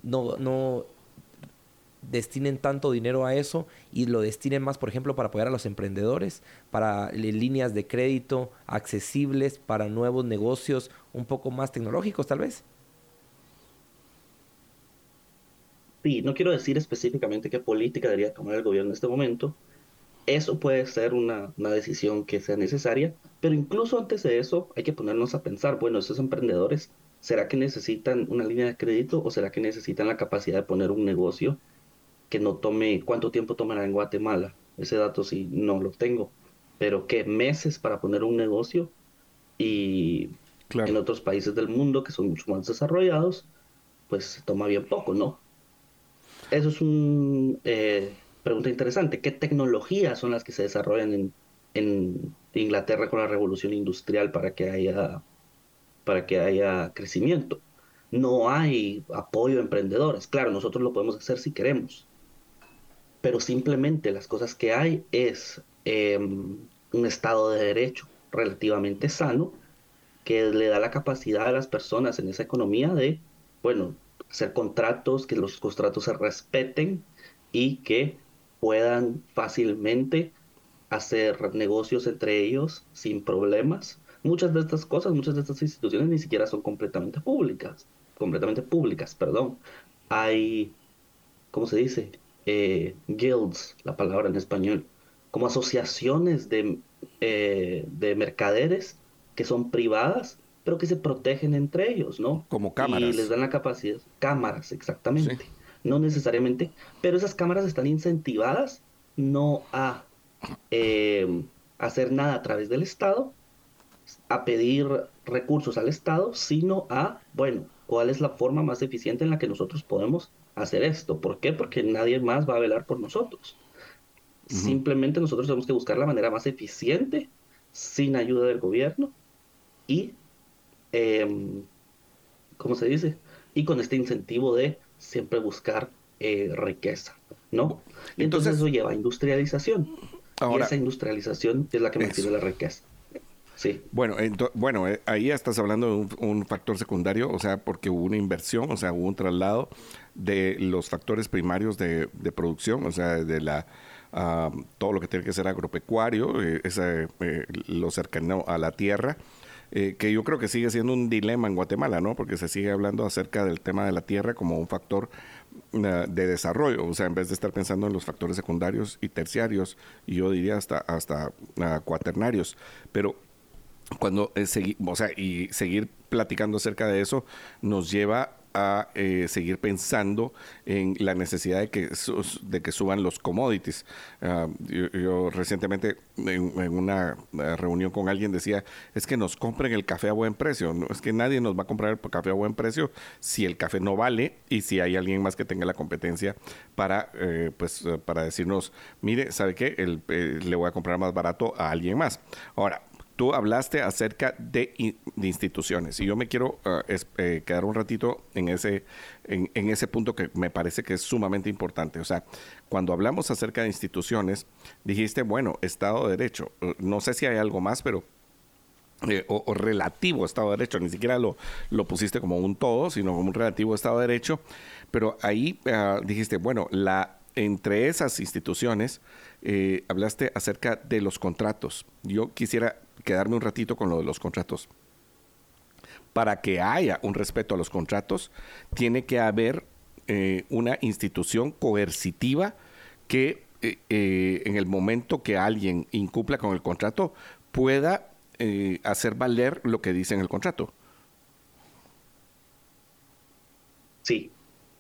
no destinen tanto dinero a eso y lo destinen más, por ejemplo, para apoyar a los emprendedores, para líneas de crédito accesibles, para nuevos negocios un poco más tecnológicos, tal vez. sí, no quiero decir específicamente qué política debería tomar el gobierno en este momento. Eso puede ser una decisión que sea necesaria, pero incluso antes de eso hay que ponernos a pensar, bueno, esos emprendedores, ¿será que necesitan una línea de crédito o será que necesitan la capacidad de poner un negocio que no tome, cuánto tiempo tomará en Guatemala? Ese dato sí no lo tengo, pero qué meses para poner un negocio y en Claro. otros países del mundo que son mucho más desarrollados, pues se toma bien poco, ¿no? Eso es una pregunta interesante. ¿Qué tecnologías son las que se desarrollan en Inglaterra con la revolución industrial para que haya crecimiento? No hay apoyo a emprendedores. Claro, nosotros lo podemos hacer si queremos, pero simplemente las cosas que hay es un Estado de Derecho relativamente sano que le da la capacidad a las personas en esa economía de, bueno, hacer contratos, que los contratos se respeten y que puedan fácilmente hacer negocios entre ellos sin problemas. Muchas de estas cosas, muchas de estas instituciones ni siquiera son completamente públicas, perdón. Hay, ¿cómo se dice? Guilds, la palabra en español, como asociaciones de mercaderes que son privadas, pero que se protegen entre ellos, ¿no? Como Y les cámaras. dan la capacidad, cámaras, Sí. exactamente, no necesariamente, pero esas cámaras están incentivadas no a eh, hacer nada a través del Estado, a pedir recursos al Estado, sino a, bueno, ¿cuál es la forma más eficiente en la que nosotros podemos hacer esto? ¿Por qué? Porque nadie más va a velar por nosotros. Ujú. Simplemente nosotros tenemos que buscar la manera más eficiente, sin ayuda del gobierno y, em, ¿cómo se dice? Y con este incentivo de siempre buscar riqueza, ¿no? Y entonces eso Entonces, lleva a industrialización. Y ahora, esa industrialización es la que mantiene eso. la riqueza. Sí. Bueno, ahí ya estás hablando de un factor secundario, o sea, porque hubo una inversión, o sea, hubo un traslado de los factores primarios de producción, o sea, de todo lo que tiene que ser agropecuario, lo cercano a la tierra, que yo creo que sigue siendo un dilema en Guatemala, ¿no? Porque se sigue hablando acerca del tema de la tierra como un factor de desarrollo, o sea, en vez de estar pensando en los factores secundarios y terciarios, y yo diría hasta cuaternarios, pero cuando o sea, y seguir platicando acerca de eso nos lleva a seguir pensando en la necesidad de que suban los commodities. Yo recientemente en una reunión con alguien decía, es que nos compren el café a buen precio. No, es que nadie nos va a comprar el café a buen precio si el café no vale y si hay alguien más que tenga la competencia para decirnos, mire, ¿sabe qué? Le voy a comprar más barato a alguien más. Ahora, tú hablaste acerca de instituciones y yo me quiero quedar un ratito en ese punto que me parece que es sumamente importante. O sea, cuando hablamos acerca de instituciones, dijiste, bueno, Estado de Derecho. No sé si hay algo más, pero o relativo Estado de Derecho, ni siquiera lo pusiste como un todo, sino como un relativo Estado de Derecho, pero ahí dijiste, bueno, entre esas instituciones hablaste acerca de los contratos. Yo quisiera quedarme un ratito con lo de los contratos. Para que haya un respeto a los contratos, tiene que haber una institución coercitiva que en el momento que alguien incumpla con el contrato pueda hacer valer lo que dice en el contrato. Sí.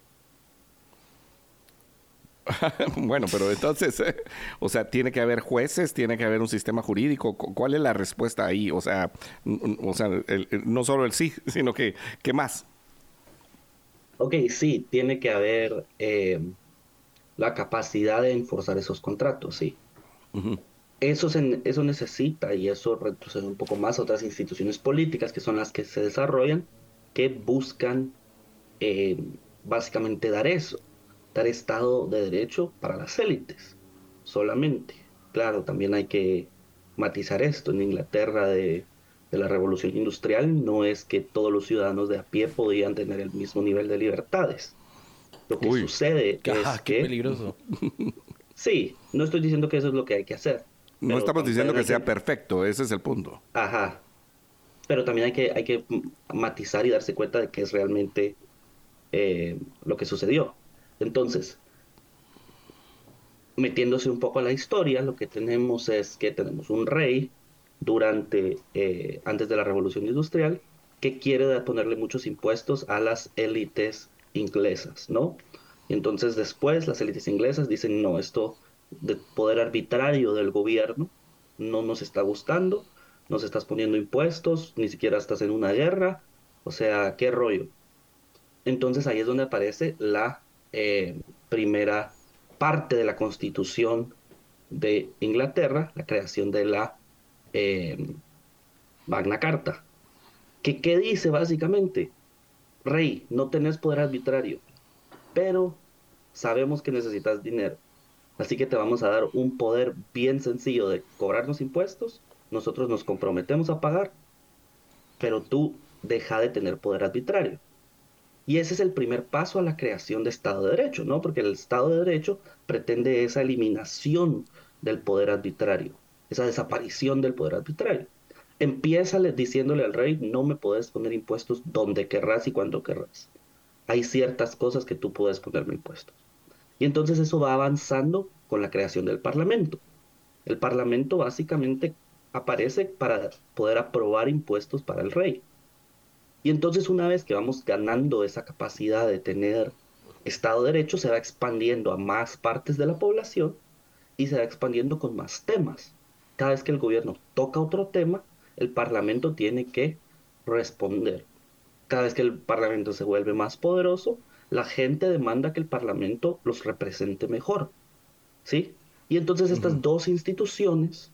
Bueno, pero entonces, o sea, tiene que haber jueces, tiene que haber un sistema jurídico. ¿Cuál es la respuesta ahí? O sea, no solo el sí, sino que, ¿qué más? Ok, sí, tiene que haber la capacidad de enforzar esos contratos, sí. Ujú. Eso necesita, y eso retrocede un poco más a otras instituciones políticas que son las que se desarrollan, que buscan eh, básicamente dar eso, dar Estado de Derecho para las élites, solamente. Claro, también hay que matizar esto. En Inglaterra de la Revolución Industrial no es que todos los ciudadanos de a pie podían tener el mismo nivel de libertades. Lo que Uy, sucede es Qué que, peligroso. sí, no estoy diciendo que eso es lo que hay que hacer, no pero estamos diciendo también que hay sea que, perfecto, ese es el punto. ajá, pero también hay que matizar y darse cuenta de que es realmente lo que sucedió. Entonces, metiéndose un poco a la historia, lo que tenemos es que tenemos un rey antes de la Revolución Industrial que quiere ponerle muchos impuestos a las élites inglesas, ¿no? Y entonces después las élites inglesas dicen, no, esto de poder arbitrario del gobierno no nos está gustando, nos estás poniendo impuestos, ni siquiera estás en una guerra, o sea, qué rollo. Entonces ahí es donde aparece la primera parte de la Constitución de Inglaterra, la creación de la Magna Carta. ¿Qué dice básicamente? Rey, no tenés poder arbitrario, pero sabemos que necesitas dinero. Así que te vamos a dar un poder bien sencillo de cobrarnos impuestos, nosotros nos comprometemos a pagar, pero tú deja de tener poder arbitrario. Y ese es el primer paso a la creación de Estado de Derecho, ¿no? Porque el Estado de Derecho pretende esa eliminación del poder arbitrario, esa desaparición del poder arbitrario. Empieza diciéndole al rey, no me puedes poner impuestos donde querrás y cuando querrás. Hay ciertas cosas que tú puedes ponerme impuestos. Y entonces eso va avanzando con la creación del Parlamento. El Parlamento básicamente aparece para poder aprobar impuestos para el rey. Y entonces una vez que vamos ganando esa capacidad de tener Estado de Derecho, se va expandiendo a más partes de la población y se va expandiendo con más temas. Cada vez que el gobierno toca otro tema, el Parlamento tiene que responder. Cada vez que el Parlamento se vuelve más poderoso, la gente demanda que el Parlamento los represente mejor, ¿sí? Y entonces estas dos instituciones,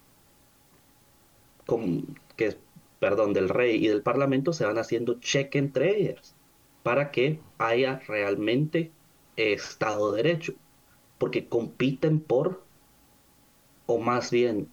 del rey y del Parlamento, se van haciendo cheque entre ellas para que haya realmente Estado de Derecho, porque compiten o más bien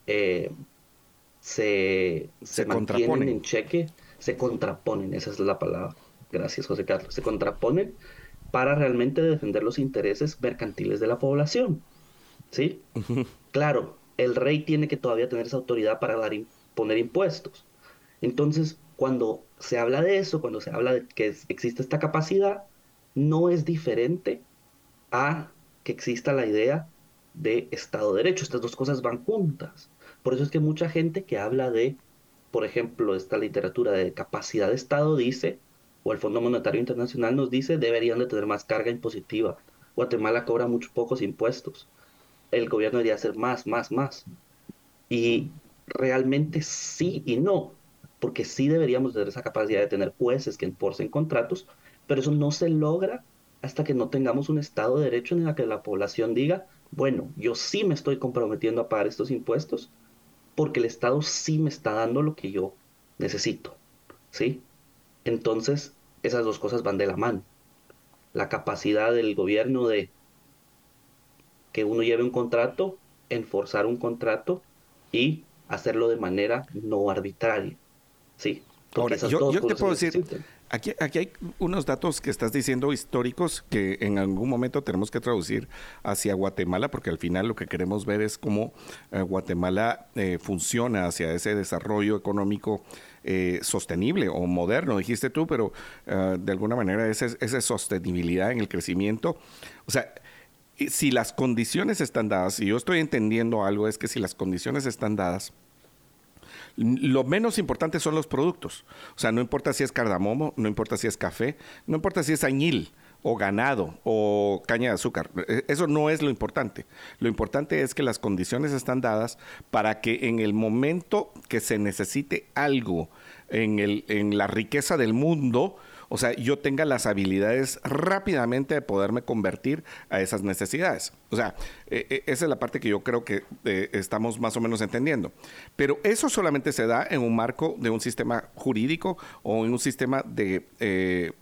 se mantienen en cheque, se contraponen, esa es la palabra. Gracias, José Carlos. Se contraponen para realmente defender los intereses mercantiles de la población, ¿sí? Claro, el rey tiene que todavía tener esa autoridad para poner impuestos. Entonces, cuando se habla de eso, cuando se habla de que existe esta capacidad, no es diferente a que exista la idea de Estado de Derecho. Estas dos cosas van juntas. Por eso es que mucha gente que habla de, por ejemplo, esta literatura de capacidad de Estado dice, o el Fondo Monetario Internacional nos dice, deberían de tener más carga impositiva. Guatemala cobra muchos pocos impuestos. El gobierno debería hacer más. Y realmente sí y no, porque sí deberíamos tener esa capacidad de tener jueces que enforcen contratos, pero eso no se logra hasta que no tengamos un Estado de Derecho en el que la población diga, bueno, yo sí me estoy comprometiendo a pagar estos impuestos porque el Estado sí me está dando lo que yo necesito, ¿sí? Entonces, esas dos cosas van de la mano. La capacidad del gobierno de que uno lleve un contrato, enforzar un contrato y hacerlo de manera no arbitraria, ¿sí? Ahora, yo te puedo decir, aquí hay unos datos que estás diciendo históricos que en algún momento tenemos que traducir hacia Guatemala, porque al final lo que queremos ver es cómo Guatemala funciona hacia ese desarrollo económico sostenible o moderno, dijiste tú, pero de alguna manera esa sostenibilidad en el crecimiento. O sea, si las condiciones están dadas, y yo estoy entendiendo algo, es que si las condiciones están dadas, lo menos importante son los productos. O sea, no importa si es cardamomo, no importa si es café, no importa si es añil o ganado o caña de azúcar. Eso no es lo importante. Lo importante es que las condiciones están dadas para que en el momento que se necesite algo en la riqueza del mundo, o sea, yo tenga las habilidades rápidamente de poderme convertir a esas necesidades. O sea, esa es la parte que yo creo que estamos más o menos entendiendo. Pero eso solamente se da en un marco de un sistema jurídico o en un sistema de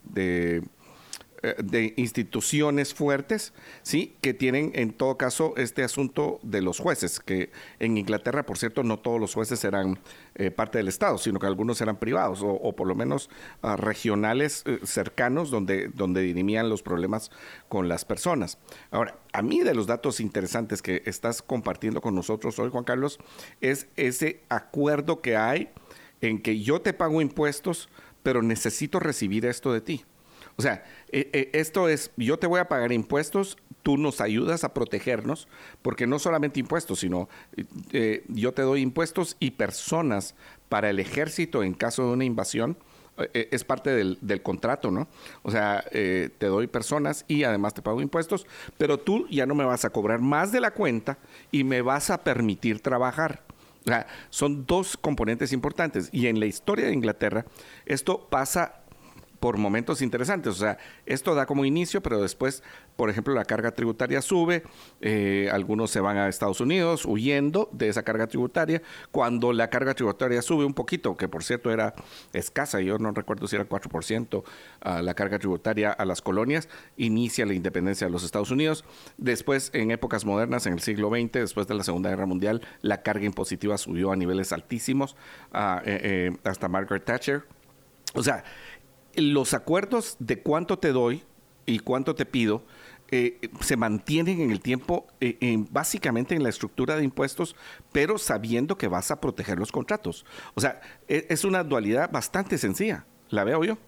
instituciones fuertes, ¿sí? Que tienen en todo caso este asunto de los jueces, que en Inglaterra, por cierto, no todos los jueces eran parte del Estado, sino que algunos eran privados o por lo menos regionales cercanos donde dirimían los problemas con las personas. Ahora, a mí de los datos interesantes que estás compartiendo con nosotros hoy, Juan Carlos, es ese acuerdo que hay en que yo te pago impuestos, pero necesito recibir esto de ti. O O sea, esto es, yo te voy a pagar impuestos, tú nos ayudas a protegernos, porque no solamente impuestos, sino yo te doy impuestos y personas para el ejército en caso de una invasión. Es parte del contrato, ¿no? O sea, te doy personas y además te pago impuestos, pero tú ya no me vas a cobrar más de la cuenta y me vas a permitir trabajar. O sea, son dos componentes importantes. Y en la historia de Inglaterra, esto pasa por momentos interesantes. O sea, esto da como inicio, pero después, por ejemplo, la carga tributaria sube, algunos se van a Estados Unidos huyendo de esa carga tributaria. Cuando la carga tributaria sube un poquito, que por cierto era escasa, yo no recuerdo si era 4% la carga tributaria a las colonias, inicia la independencia de los Estados Unidos. Después, en épocas modernas, en el siglo XX, después de la Segunda Guerra Mundial, la carga impositiva subió a niveles altísimos, hasta Margaret Thatcher. O sea, los acuerdos de cuánto te doy y cuánto te pido se mantienen en el tiempo, básicamente en la estructura de impuestos, pero sabiendo que vas a proteger los contratos. O sea, es una dualidad bastante sencilla, la veo yo.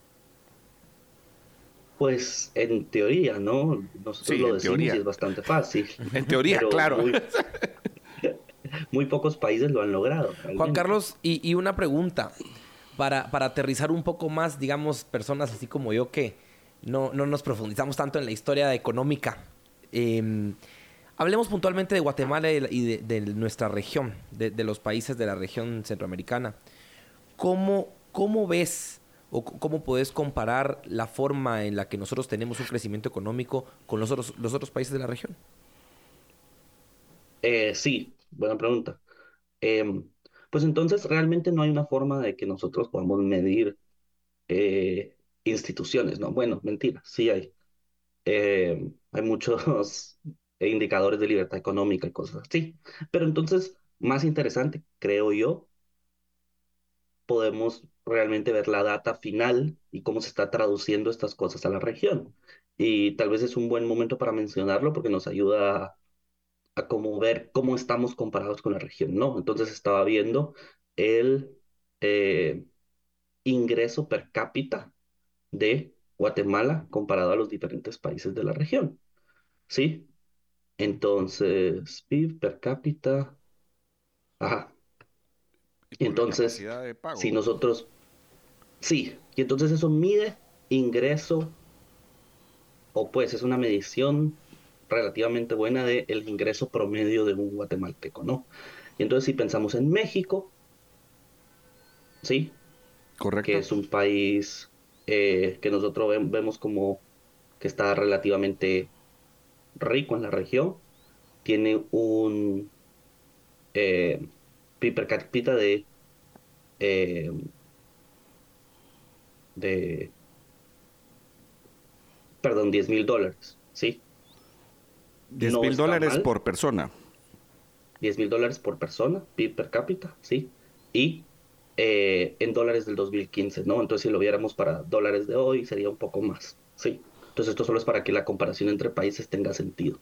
Pues en teoría, ¿no? Nosotros Sí, lo en decimos teoría. y es bastante fácil. En teoría, Pero claro. muy pocos países lo han logrado. Juan realmente. Carlos, y una pregunta. Para aterrizar un poco más, digamos, personas así como yo que no nos profundizamos tanto en la historia económica. Hablemos puntualmente de Guatemala y de nuestra región, de los países de la región centroamericana. ¿Cómo ves o cómo podés comparar la forma en la que nosotros tenemos un crecimiento económico con los otros países de la región? Sí, buena pregunta. Pues entonces realmente no hay una forma de que nosotros podamos medir instituciones, ¿no? Bueno, mentira, sí hay. Hay muchos indicadores de libertad económica y cosas así. Pero entonces, más interesante, creo yo, podemos realmente ver la data final y cómo se está traduciendo estas cosas a la región. Y tal vez es un buen momento para mencionarlo porque nos ayuda a cómo ver cómo estamos comparados con la región, ¿no? Entonces estaba viendo el eh, ingreso per cápita de Guatemala comparado a los diferentes países de la región, ¿sí? Entonces, PIB per cápita, ajá. Y por la Entonces, capacidad de si pago. nosotros, sí, y entonces eso mide ingreso, o pues es una medición relativamente buena del ingreso promedio de un guatemalteco, ¿no? Y entonces si pensamos en México, ¿sí? Que Correcto. es un país que nosotros vemos como que está relativamente rico en la región, tiene un eh, PIB per cápita eh, de, perdón, $10,000, ¿sí? 10 No mil está dólares mal, por persona. $10,000 por persona, PIB per cápita, ¿sí? Y en dólares del 2015, ¿no? Entonces, si lo viéramos para dólares de hoy, sería un poco más, ¿sí? Entonces, esto solo es para que la comparación entre países tenga sentido.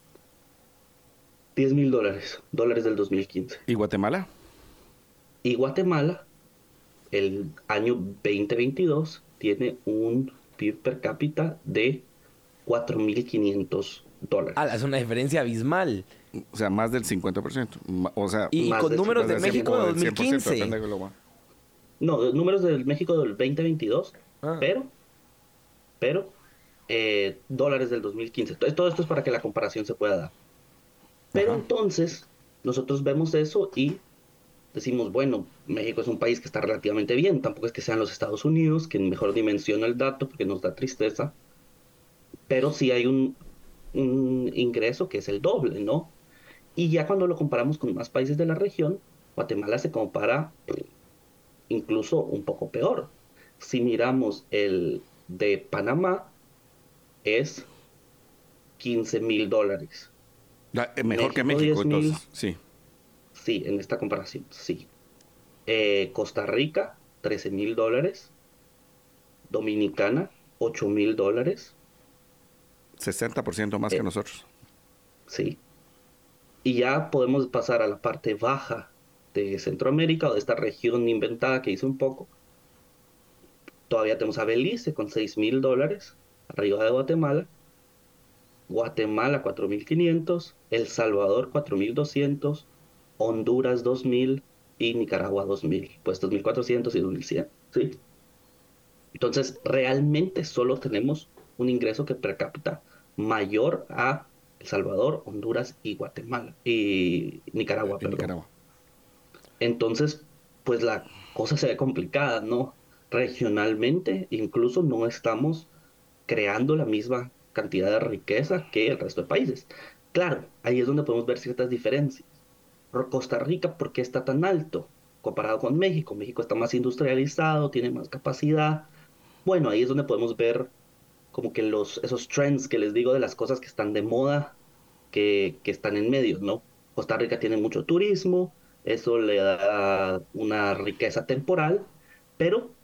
$10,000, dólares del 2015. ¿Y Guatemala? Y Guatemala, el año 2022, tiene un PIB per cápita de $4,500. Es una diferencia abismal. O sea, más del 50%. O sea, Y Más con de números de 50%. México de del 100%, 2015. depende de lo más. No, números del México del 2022, Ah. pero dólares del 2015. Entonces, todo esto es para que la comparación se pueda dar. Pero Ajá. entonces, nosotros vemos eso y decimos, bueno, México es un país que está relativamente bien, tampoco es que sean los Estados Unidos, que mejor dimensiona el dato porque nos da tristeza, pero sí hay un ingreso que es el doble, ¿no? Y ya cuando lo comparamos con más países de la región, Guatemala se compara incluso un poco peor. Si miramos el de Panamá, es $15,000. Mejor que México, México, 10,000. entonces. Sí. Sí, en esta comparación, sí. Costa Rica, $13,000. Dominicana, $8,000. 60% más que Eh, nosotros. sí. Y ya podemos pasar a la parte baja de Centroamérica o de esta región inventada que hice un poco. Todavía tenemos a Belice con $6,000. arriba de Guatemala, Guatemala 4.500, El Salvador 4.200, Honduras 2.000 y Nicaragua 2.000, pues 2.400 y 2.100, ¿sí? Entonces, realmente solo tenemos un ingreso que per cápita mayor a El Salvador, Honduras y Guatemala, y Nicaragua, En perdón. Nicaragua. Entonces, pues la cosa se ve complicada, ¿no? Regionalmente, incluso no estamos creando la misma cantidad de riqueza que el resto de países. Claro, ahí es donde podemos ver ciertas diferencias. Costa Rica, ¿por qué está tan alto comparado con México? México está más industrializado, tiene más capacidad. Bueno, ahí es donde podemos ver como que esos trends que les digo de las cosas que están de moda, que están en medio, ¿no? Costa Rica tiene mucho turismo, eso le da una riqueza temporal, pero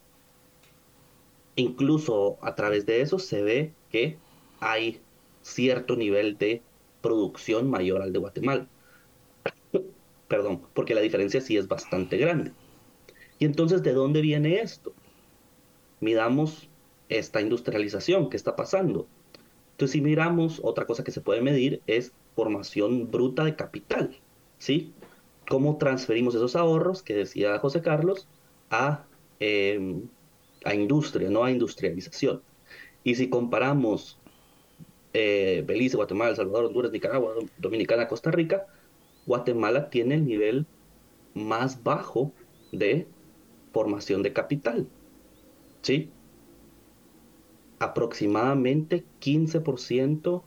incluso a través de eso se ve que hay cierto nivel de producción mayor al de Guatemala. Perdón, porque la diferencia sí es bastante grande. Y entonces, ¿de dónde viene esto? Midamos esta industrialización que está pasando. Entonces, si miramos, otra cosa que se puede medir es formación bruta de capital, ¿sí? ¿Cómo transferimos esos ahorros que decía José Carlos a, eh, a industria, no a industrialización? Y si comparamos Belice, Guatemala, El Salvador, Honduras, Nicaragua, Dominicana, Costa Rica, Guatemala tiene el nivel más bajo de formación de capital, ¿sí? Aproximadamente 15%,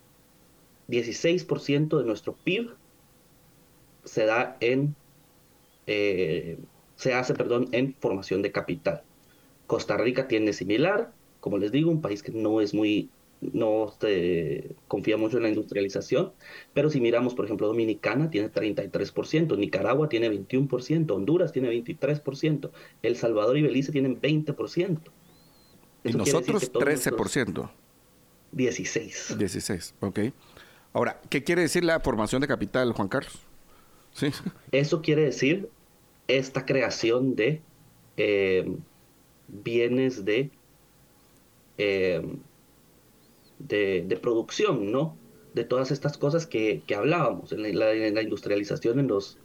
16% de nuestro PIB se da se hace, perdón, en formación de capital. Costa Rica tiene similar, como les digo, un país que no se confía mucho en la industrialización, pero si miramos, por ejemplo, Dominicana tiene 33%, Nicaragua tiene 21%, Honduras tiene 23%, El Salvador y Belice tienen 20%. Y Eso quiere decir que nosotros todos 13%. 16. 16, ok. Ahora, ¿qué quiere decir la formación de capital, Juan Carlos? Sí. Eso quiere decir esta creación de bienes eh, de producción, ¿no? De todas estas cosas que hablábamos. En la industrialización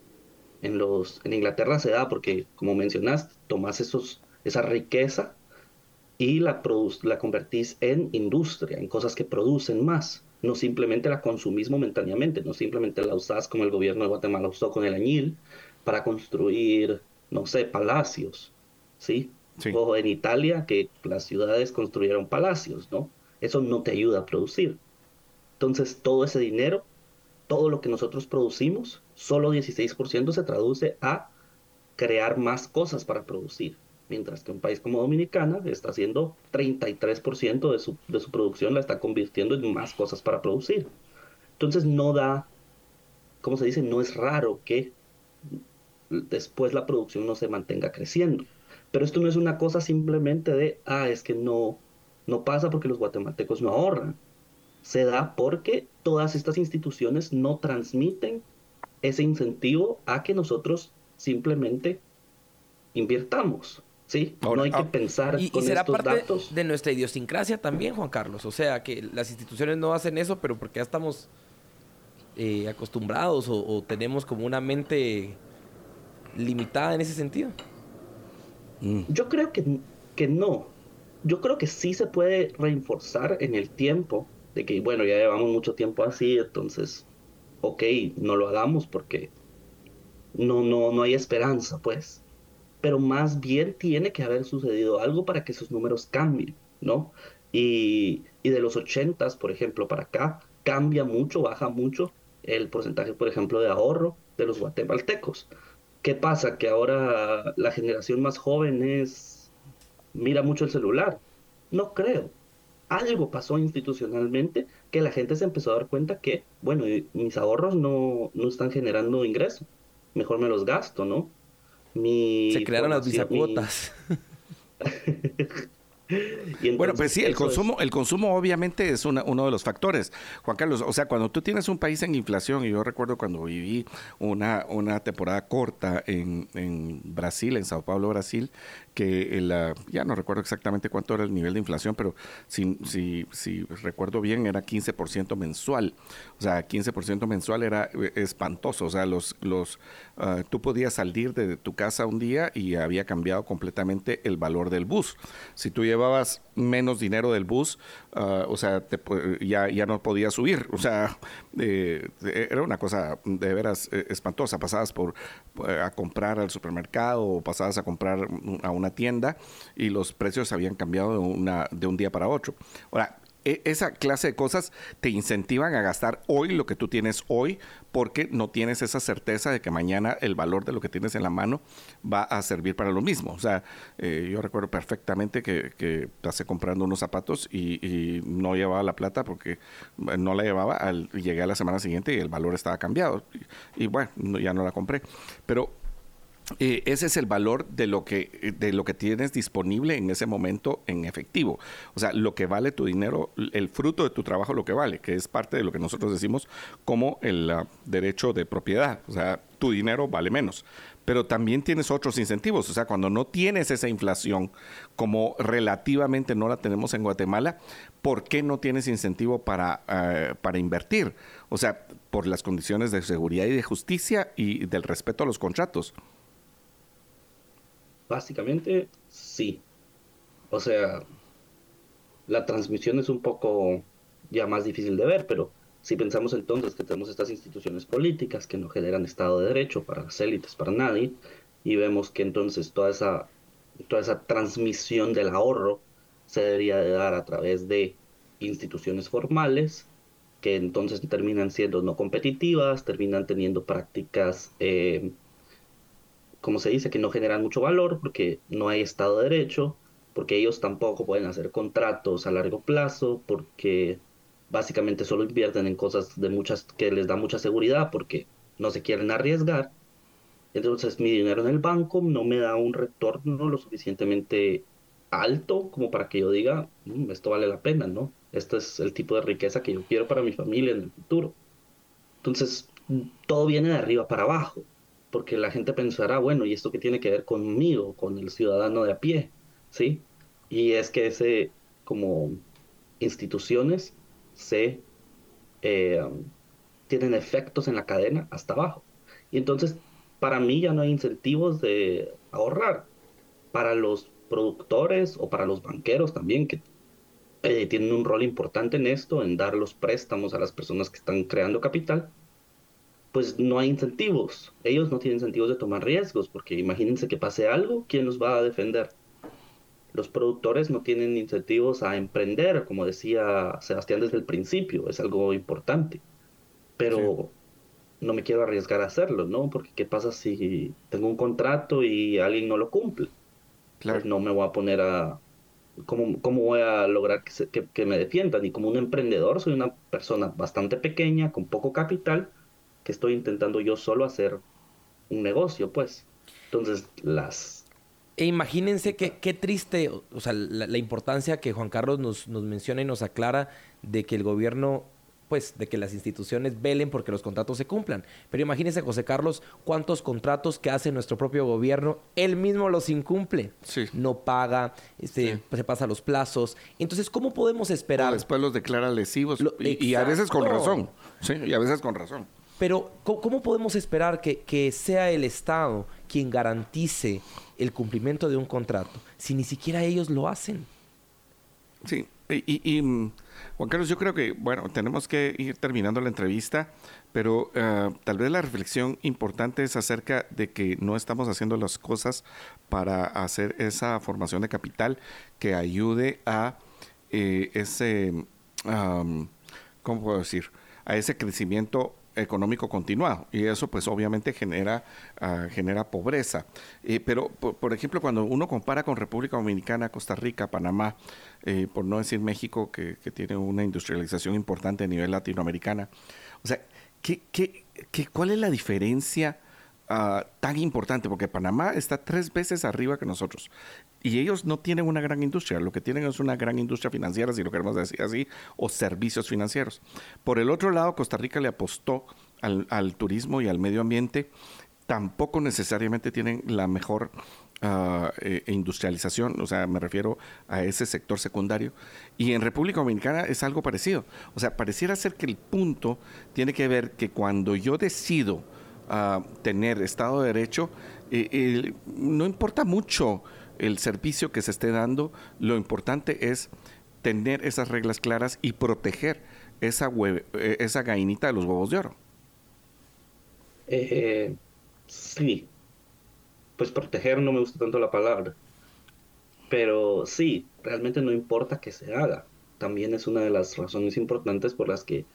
en Inglaterra se da porque, como mencionaste, tomás esa riqueza y la convertís en industria, en cosas que producen más. No simplemente la consumís momentáneamente, no simplemente la usás como el gobierno de Guatemala usó con el añil para construir, no sé, palacios, ¿sí? Sí. O en Italia, que las ciudades construyeron palacios, ¿no? Eso no te ayuda a producir. Entonces, todo ese dinero, todo lo que nosotros producimos, solo 16% se traduce a crear más cosas para producir. Mientras que un país como Dominicana está haciendo 33% de su producción, la está convirtiendo en más cosas para producir. Entonces no da, ¿cómo se dice? No es raro que después la producción no se mantenga creciendo. Pero esto no es una cosa simplemente de, es que no pasa porque los guatemaltecos no ahorran. Se da porque todas estas instituciones no transmiten ese incentivo a que nosotros simplemente invirtamos, ¿sí? Ahora, no hay que pensar Y con será estos parte datos. de nuestra idiosincrasia también, Juan Carlos. O sea, que las instituciones no hacen eso, pero porque ya estamos acostumbrados o tenemos como una mente limitada en ese sentido. Yo creo que no. Yo creo que sí se puede reforzar en el tiempo, de que, bueno, ya llevamos mucho tiempo así, entonces, ok, no lo hagamos porque no hay esperanza, pues. Pero más bien tiene que haber sucedido algo para que esos números cambien, ¿no? Y de los 80, por ejemplo, para acá, cambia mucho, baja mucho el porcentaje, por ejemplo, de ahorro de los guatemaltecos. ¿Qué pasa? Que ahora la generación más joven mira mucho el celular. No creo. Algo pasó institucionalmente que la gente se empezó a dar cuenta que, bueno, mis ahorros no están generando ingreso. Mejor me los gasto, ¿no? Se Mi crearon las formación, bisacuotas. Entonces, bueno, pues sí, el consumo obviamente es uno de los factores, Juan Carlos. O sea, cuando tú tienes un país en inflación, y yo recuerdo cuando viví una temporada corta en Brasil, en Sao Paulo, Brasil, que ya no recuerdo exactamente cuánto era el nivel de inflación, pero si recuerdo bien era 15% mensual. O sea, 15% mensual era espantoso. O sea, tú podías salir de tu casa un día y había cambiado completamente el valor del bus. Si tú llevabas menos dinero del bus, o sea, ya no podías subir. O sea, era una cosa de veras espantosa. Pasabas a comprar al supermercado o pasabas a comprar a una tienda y los precios habían cambiado de un día para otro. Ahora, esa clase de cosas te incentivan a gastar hoy lo que tú tienes hoy, porque no tienes esa certeza de que mañana el valor de lo que tienes en la mano va a servir para lo mismo. O sea, yo recuerdo perfectamente que pasé comprando unos zapatos y no llevaba la plata porque no la llevaba. Llegué a la semana siguiente y el valor estaba cambiado. Y bueno, ya no la compré. Pero ese es el valor de lo que tienes disponible en ese momento en efectivo. O sea, lo que vale tu dinero, el fruto de tu trabajo, lo que vale, que es parte de lo que nosotros decimos como el derecho de propiedad. O sea, tu dinero vale menos. Pero también tienes otros incentivos. O sea, cuando no tienes esa inflación, como relativamente no la tenemos en Guatemala, ¿por qué no tienes incentivo para invertir? O sea, por las condiciones de seguridad y de justicia y del respeto a los contratos. Básicamente, sí. O sea, la transmisión es un poco ya más difícil de ver, pero si pensamos entonces que tenemos estas instituciones políticas que no generan Estado de Derecho para las élites, para nadie, y vemos que entonces toda esa transmisión del ahorro se debería de dar a través de instituciones formales, que entonces terminan siendo no competitivas, terminan teniendo prácticas como se dice, que no generan mucho valor porque no hay Estado de Derecho, porque ellos tampoco pueden hacer contratos a largo plazo, porque básicamente solo invierten en cosas que les da mucha seguridad porque no se quieren arriesgar. Entonces mi dinero en el banco no me da un retorno lo suficientemente alto como para que yo diga, esto vale la pena, ¿no? Este es el tipo de riqueza que yo quiero para mi familia en el futuro. Entonces, todo viene de arriba para abajo, porque la gente pensará, bueno, ¿y esto qué tiene que ver conmigo, con el ciudadano de a pie? ¿Sí? Y es que como instituciones, se tienen efectos en la cadena hasta abajo. Y entonces, para mí ya no hay incentivos de ahorrar. Para los productores o para los banqueros también, que tienen un rol importante en esto, en dar los préstamos a las personas que están creando capital, pues no hay incentivos. Ellos no tienen incentivos de tomar riesgos, porque imagínense que pase algo, ¿quién los va a defender? Los productores no tienen incentivos a emprender, como decía Sebastián desde el principio, es algo importante. Pero no me quiero arriesgar a hacerlo, ¿no? Porque ¿qué pasa si tengo un contrato y alguien no lo cumple? Claro. Pues no me voy a poner a... ¿Cómo voy a lograr que me defiendan? Y como un emprendedor soy una persona bastante pequeña, con poco capital, que estoy intentando yo solo hacer un negocio, pues. Entonces, imagínense qué triste, o sea, la importancia que Juan Carlos nos menciona y nos aclara de que el gobierno, pues, de que las instituciones velen porque los contratos se cumplan. Pero imagínense, José Carlos, cuántos contratos que hace nuestro propio gobierno, él mismo los incumple. Sí. No paga, pues, se pasa los plazos. Entonces, ¿cómo podemos esperar? O después los declara lesivos y a veces con razón. Sí, y a veces con razón. Pero, ¿cómo podemos esperar que sea el Estado quien garantice el cumplimiento de un contrato si ni siquiera ellos lo hacen? Sí, y Juan Carlos, yo creo que, bueno, tenemos que ir terminando la entrevista, pero tal vez la reflexión importante es acerca de que no estamos haciendo las cosas para hacer esa formación de capital que ayude a ¿cómo puedo decir? A ese crecimiento económico continuado, y eso pues obviamente genera pobreza. Pero por ejemplo, cuando uno compara con República Dominicana, Costa Rica, Panamá, por no decir México, que tiene una industrialización importante a nivel latinoamericana, o sea, ¿cuál es la diferencia tan importante? Porque Panamá está 3 veces arriba que nosotros Y ellos no tienen una gran industria, lo que tienen es una gran industria financiera, si lo queremos decir así, o servicios financieros. Por el otro lado, Costa Rica le apostó al turismo y al medio ambiente. Tampoco necesariamente tienen la mejor industrialización, o sea, me refiero a ese sector secundario. Y en República Dominicana es algo parecido. O sea, pareciera ser que el punto tiene que ver que cuando yo decido tener Estado de Derecho, no importa mucho el servicio que se esté dando, lo importante es tener esas reglas claras y proteger esa gallinita de los huevos de oro. Sí, pues proteger no me gusta tanto la palabra, pero sí, realmente no importa que se haga. También es una de las razones importantes por las que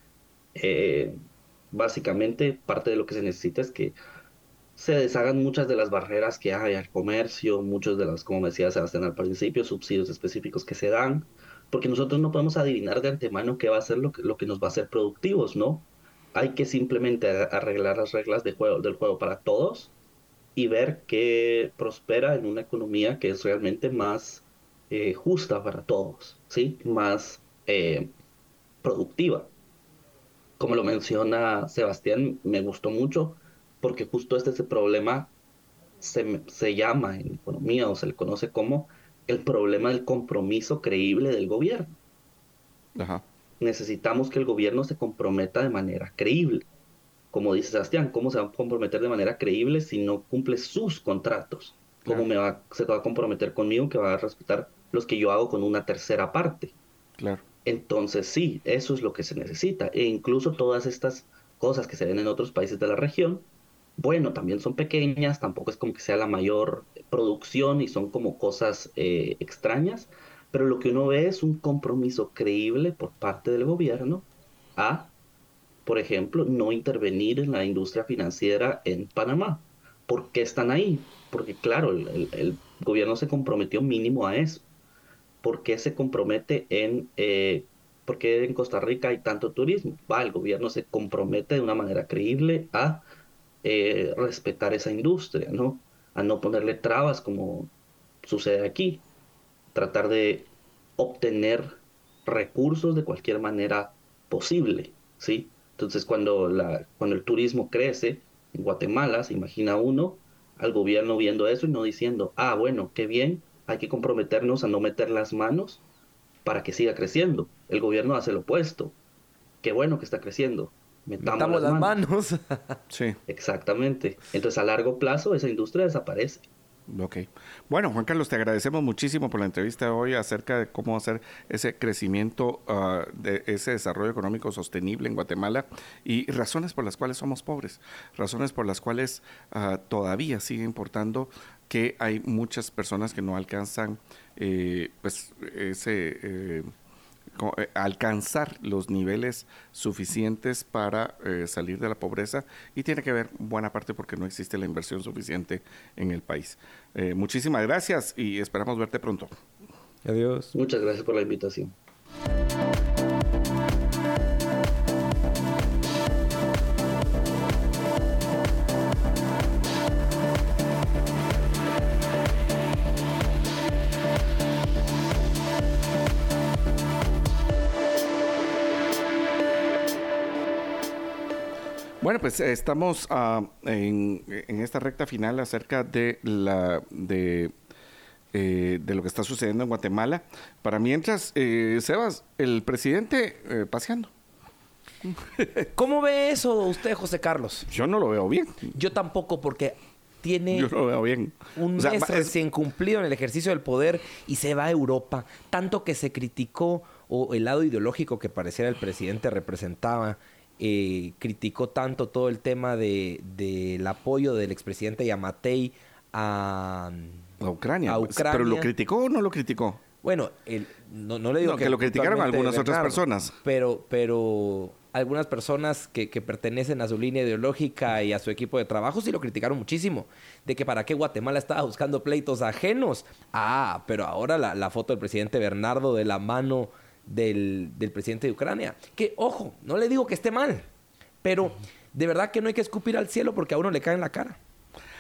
básicamente parte de lo que se necesita es que se deshagan muchas de las barreras que hay al comercio, muchos de las, como decía Sebastián al principio, subsidios específicos que se dan, porque nosotros no podemos adivinar de antemano qué va a ser lo que nos va a hacer productivos, ¿no? Hay que simplemente arreglar las reglas del juego para todos y ver qué prospera en una economía que es realmente más justa para todos, ¿sí? Más productiva. Como lo menciona Sebastián, me gustó mucho porque justo este es el problema, se llama en economía o se le conoce como el problema del compromiso creíble del gobierno. Ajá. Necesitamos que el gobierno se comprometa de manera creíble. Como dice Sebastián, ¿cómo se va a comprometer de manera creíble si no cumple sus contratos? ¿Cómo se va a comprometer conmigo que va a respetar los que yo hago con una tercera parte? Claro. Entonces sí, eso es lo que se necesita. E incluso todas estas cosas que se ven en otros países de la región, bueno, también son pequeñas, tampoco es como que sea la mayor producción y son como cosas extrañas, pero lo que uno ve es un compromiso creíble por parte del gobierno a, por ejemplo, no intervenir en la industria financiera en Panamá. ¿Por qué están ahí? Porque claro, el gobierno se comprometió mínimo a eso. ¿Por qué se compromete por qué en Costa Rica hay tanto turismo? El gobierno se compromete de una manera creíble a respetar esa industria, ¿no? A no ponerle trabas como sucede aquí. Tratar de obtener recursos de cualquier manera posible, ¿sí? Entonces, cuando el turismo crece en Guatemala, se imagina uno al gobierno viendo eso y no diciendo, bueno, qué bien, hay que comprometernos a no meter las manos para que siga creciendo. El gobierno hace lo opuesto. Qué bueno que está creciendo. Metamos las manos. Sí. Exactamente. Entonces, a largo plazo, esa industria desaparece. Ok. Bueno, Juan Carlos, te agradecemos muchísimo por la entrevista de hoy acerca de cómo hacer ese crecimiento, de ese desarrollo económico sostenible en Guatemala y razones por las cuales somos pobres, razones por las cuales todavía sigue importando que hay muchas personas que no alcanzan alcanzar los niveles suficientes para salir de la pobreza, y tiene que ver buena parte porque no existe la inversión suficiente en el país. Muchísimas gracias y esperamos verte pronto. Adiós. Muchas gracias por la invitación. Bueno, pues estamos en esta recta final acerca de lo que está sucediendo en Guatemala. Para mientras, Sebas, el presidente paseando. ¿Cómo ve eso usted, José Carlos? Yo no lo veo bien. Yo tampoco, porque tiene Yo lo veo bien. un mes recién cumplido en el ejercicio del poder y se va a Europa. Tanto que se criticó, o el lado ideológico que pareciera el presidente representaba, criticó tanto todo el tema del apoyo del expresidente Yamatei a Ucrania. ¿Pero lo criticó o no lo criticó? Bueno, no le digo que lo criticaron algunas otras personas. Pero algunas personas que pertenecen a su línea ideológica y a su equipo de trabajo sí lo criticaron muchísimo. De que para qué Guatemala estaba buscando pleitos ajenos. Pero ahora la foto del presidente Bernardo de la mano del presidente de Ucrania. Que, ojo, no le digo que esté mal, pero de verdad que no hay que escupir al cielo porque a uno le cae en la cara.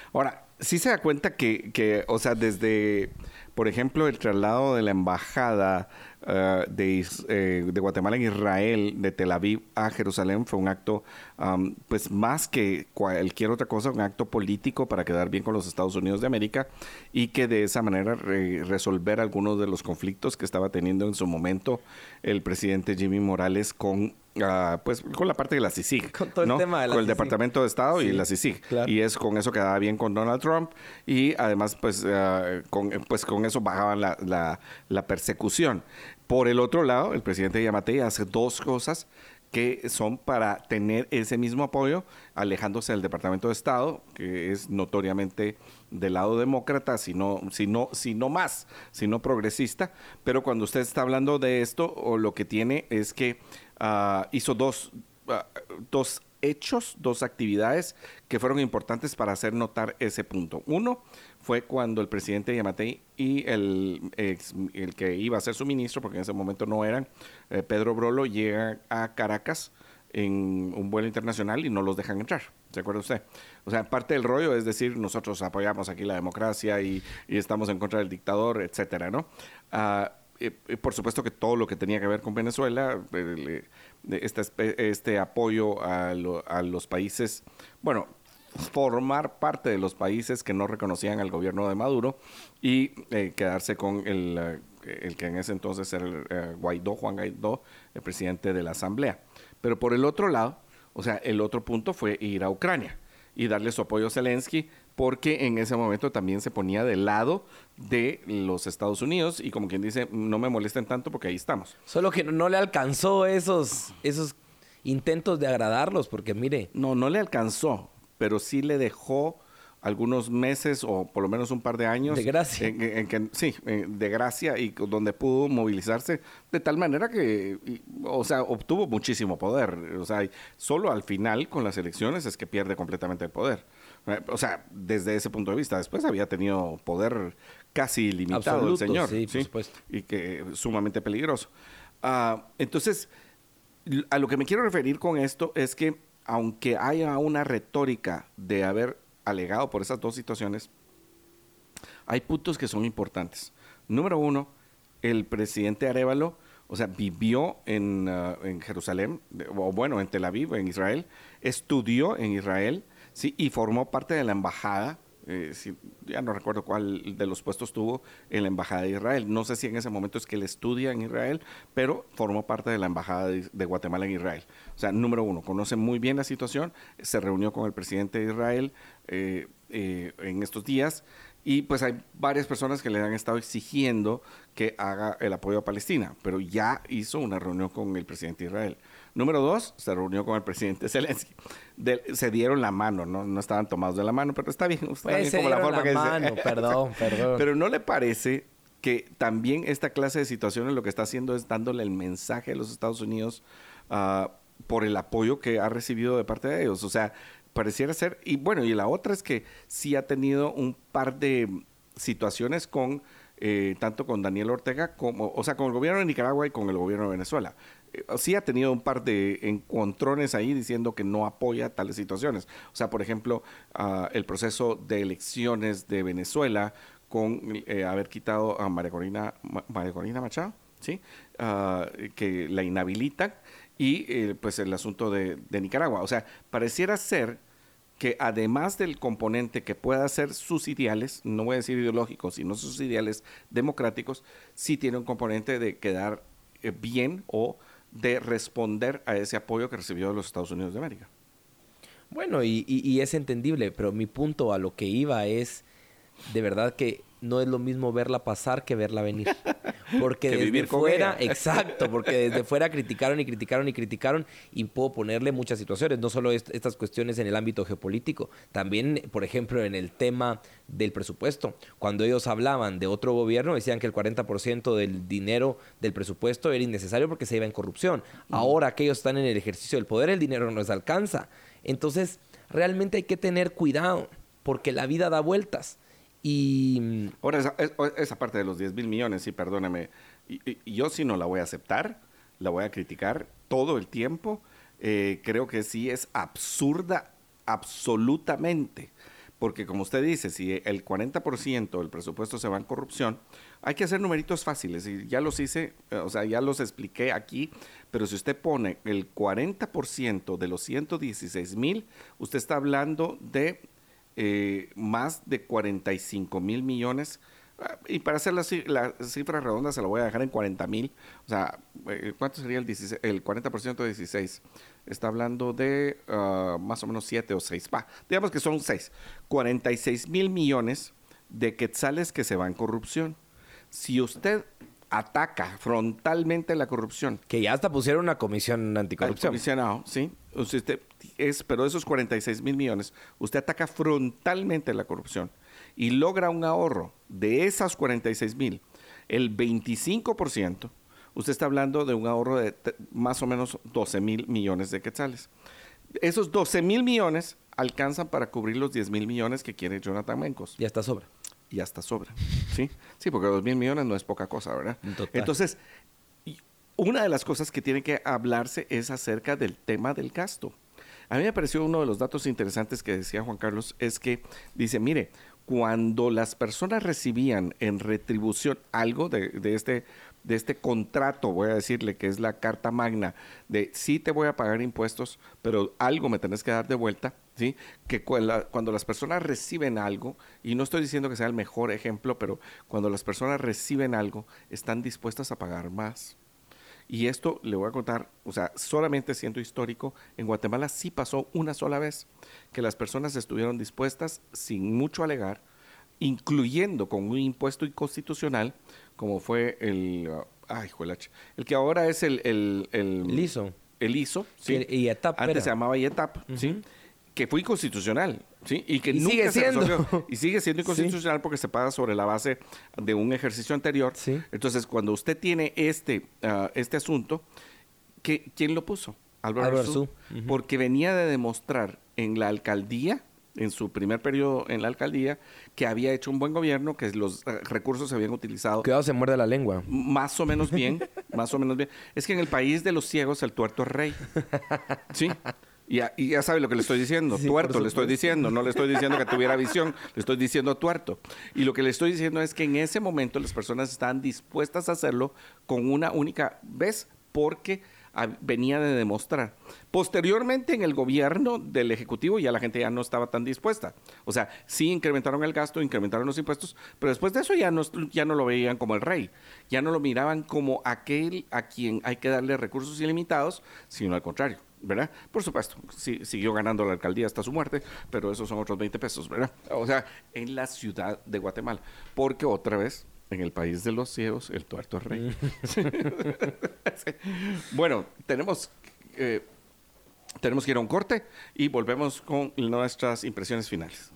Ahora, sí se da cuenta o sea, desde, por ejemplo, el traslado de la embajada de Guatemala en Israel, de Tel Aviv a Jerusalén, fue un acto, pues más que cualquier otra cosa, un acto político para quedar bien con los Estados Unidos de América y que de esa manera resolver algunos de los conflictos que estaba teniendo en su momento el presidente Jimmy Morales con pues con la parte de la CICIG, con todo el tema de la con el CICIG. Departamento de Estado y la CICIG, claro. y con eso quedaba bien con Donald Trump y además pues con eso bajaban la persecución. Por el otro lado, el presidente Yamatei hace dos cosas que son para tener ese mismo apoyo, alejándose del Departamento de Estado, que es notoriamente del lado demócrata, sino progresista. Pero cuando usted está hablando de esto, o lo que tiene es que hizo dos hechos, dos actividades que fueron importantes para hacer notar ese punto. Uno fue cuando el presidente Yamatei y el que iba a ser su ministro, porque en ese momento no eran, Pedro Brolo, llegan a Caracas en un vuelo internacional y no los dejan entrar. ¿Se acuerda usted? O sea, parte del rollo es decir, nosotros apoyamos aquí la democracia y estamos en contra del dictador, etcétera, ¿no? Por supuesto que todo lo que tenía que ver con Venezuela, este apoyo a los países, bueno, formar parte de los países que no reconocían al gobierno de Maduro y quedarse con el que en ese entonces era Juan Guaidó, el presidente de la Asamblea. Pero por el otro lado, o sea, el otro punto fue ir a Ucrania y darle su apoyo a Zelensky, porque en ese momento también se ponía del lado de los Estados Unidos y como quien dice, no me molesten tanto porque ahí estamos. Solo que no le alcanzó esos intentos de agradarlos, porque mire... No le alcanzó, pero sí le dejó algunos meses o por lo menos un par de años de gracia de gracia y donde pudo movilizarse de tal manera que o sea, obtuvo muchísimo poder, o sea, solo al final con las elecciones es que pierde completamente el poder, o sea, desde ese punto de vista. Después había tenido poder casi ilimitado absoluto, el señor, sí, por supuesto. Y que sumamente peligroso. Entonces, a lo que me quiero referir con esto es que aunque haya una retórica de haber alegado por esas dos situaciones, hay puntos que son importantes. Número uno, el presidente Arévalo, o sea, vivió en Jerusalén, o bueno, en Tel Aviv, en Israel, estudió en Israel, sí, y formó parte de la embajada, ya no recuerdo cuál de los puestos tuvo en la embajada de Israel. No sé si en ese momento es que él estudia en Israel, pero formó parte de la embajada de Guatemala en Israel. O sea, número uno, conoce muy bien la situación, se reunió con el presidente de Israel en estos días, y pues hay varias personas que le han estado exigiendo que haga el apoyo a Palestina, pero ya hizo una reunión con el presidente de Israel. Número dos, se reunió con el presidente Zelensky. Se dieron la mano, no estaban tomados de la mano, pero está bien. Está bien como la forma que dice. Perdón. Pero ¿no le parece que también esta clase de situaciones lo que está haciendo es dándole el mensaje a los Estados Unidos por el apoyo que ha recibido de parte de ellos? O sea, pareciera ser, y bueno, y la otra es que sí ha tenido un par de situaciones con tanto con Daniel Ortega como, o sea, con el gobierno de Nicaragua y con el gobierno de Venezuela. Sí ha tenido un par de encontrones ahí diciendo que no apoya tales situaciones. O sea, por ejemplo, el proceso de elecciones de Venezuela con haber quitado a María Corina Machado, ¿sí? Que la inhabilitan, y pues el asunto de Nicaragua. O sea, pareciera ser que además del componente que pueda ser sus ideales, no voy a decir ideológicos, sino sus ideales democráticos, sí tiene un componente de quedar bien o de responder a ese apoyo que recibió de los Estados Unidos de América. Bueno, y es entendible, pero mi punto a lo que iba es, de verdad que no es lo mismo verla pasar que verla venir. Porque desde fuera, exacto, porque desde fuera criticaron y puedo ponerle muchas situaciones, no solo estas cuestiones en el ámbito geopolítico, también, por ejemplo, en el tema del presupuesto. Cuando ellos hablaban de otro gobierno, decían que el 40% del dinero del presupuesto era innecesario porque se iba en corrupción. Ahora que ellos están en el ejercicio del poder, el dinero no les alcanza. Entonces, realmente hay que tener cuidado, porque la vida da vueltas. Y ahora, esa parte de los 10,000 millones, sí, perdóname, y yo sí no la voy a aceptar, la voy a criticar todo el tiempo. Creo que sí es absurda, absolutamente, Porque como usted dice, si el 40% del presupuesto se va en corrupción, hay que hacer numeritos fáciles. Y ya los hice, o sea, ya los expliqué aquí. Pero si usted pone el 40% de los 116,000, usted está hablando de más de 45,000 millones. Y para hacer la cifra redonda se la voy a dejar en 40,000. O sea, ¿cuánto sería el 40% de 16? Está hablando de más o menos 7 o 6. Digamos que son 6. 46,000 millones de quetzales que se van en corrupción. Si usted ataca frontalmente la corrupción. Que ya hasta pusieron una comisión anticorrupción. Comisionado, sí. Pero esos 46,000 millones, usted ataca frontalmente la corrupción y logra un ahorro de esas 46,000, el 25%, usted está hablando de un ahorro de más o menos 12,000 millones de quetzales. Esos 12,000 millones alcanzan para cubrir los 10,000 millones que quiere Jonathan Mencos. Ya está sobra. Y hasta sobra, ¿sí? Sí, porque 2,000 millones no es poca cosa, ¿verdad? Total. Entonces, una de las cosas que tiene que hablarse es acerca del tema del gasto. A mí me pareció uno de los datos interesantes que decía Juan Carlos, es que dice, mire, cuando las personas recibían en retribución algo de este contrato, voy a decirle que es la carta magna, de sí te voy a pagar impuestos, pero algo me tenés que dar de vuelta, ¿sí? Que cuando las personas reciben algo, y no estoy diciendo que sea el mejor ejemplo, pero cuando las personas reciben algo, están dispuestas a pagar más. Y esto le voy a contar, o sea, solamente siendo histórico, en Guatemala sí pasó una sola vez que las personas estuvieron dispuestas, sin mucho alegar, incluyendo con un impuesto inconstitucional, como fue el que ahora es el ISO. El ISO, sí. Y ETAP. Antes se llamaba IETAP, ¿sí? Que fue inconstitucional, ¿sí? Y que nunca sigue siendo. se resolvió. Y sigue siendo inconstitucional porque se paga sobre la base de un ejercicio anterior. Sí. Entonces, cuando usted tiene este asunto, ¿quién lo puso? Álvaro Arzú. Porque venía de demostrar en la alcaldía, en su primer periodo en la alcaldía, que había hecho un buen gobierno, que los recursos se habían utilizado. Cuidado, se muerde la lengua. Más o menos bien, más o menos bien. Es que en el país de los ciegos el tuerto es rey. ¿Sí? Y ya sabe lo que le estoy diciendo. Sí, tuerto le estoy diciendo. No le estoy diciendo que tuviera visión. Le estoy diciendo tuerto. Y lo que le estoy diciendo es que en ese momento las personas estaban dispuestas a hacerlo con una única vez porque venía de demostrar. Posteriormente, en el gobierno del Ejecutivo, ya la gente ya no estaba tan dispuesta. O sea, sí incrementaron el gasto, incrementaron los impuestos, pero después de eso ya no lo veían como el rey. Ya no lo miraban como aquel a quien hay que darle recursos ilimitados, sino al contrario, ¿verdad? Por supuesto, sí, siguió ganando la alcaldía hasta su muerte, pero esos son otros 20 pesos, ¿verdad? O sea, en la ciudad de Guatemala. Porque otra vez, en el país de los ciegos, el tuerto es rey. Sí. Bueno, tenemos que ir a un corte y volvemos con nuestras impresiones finales.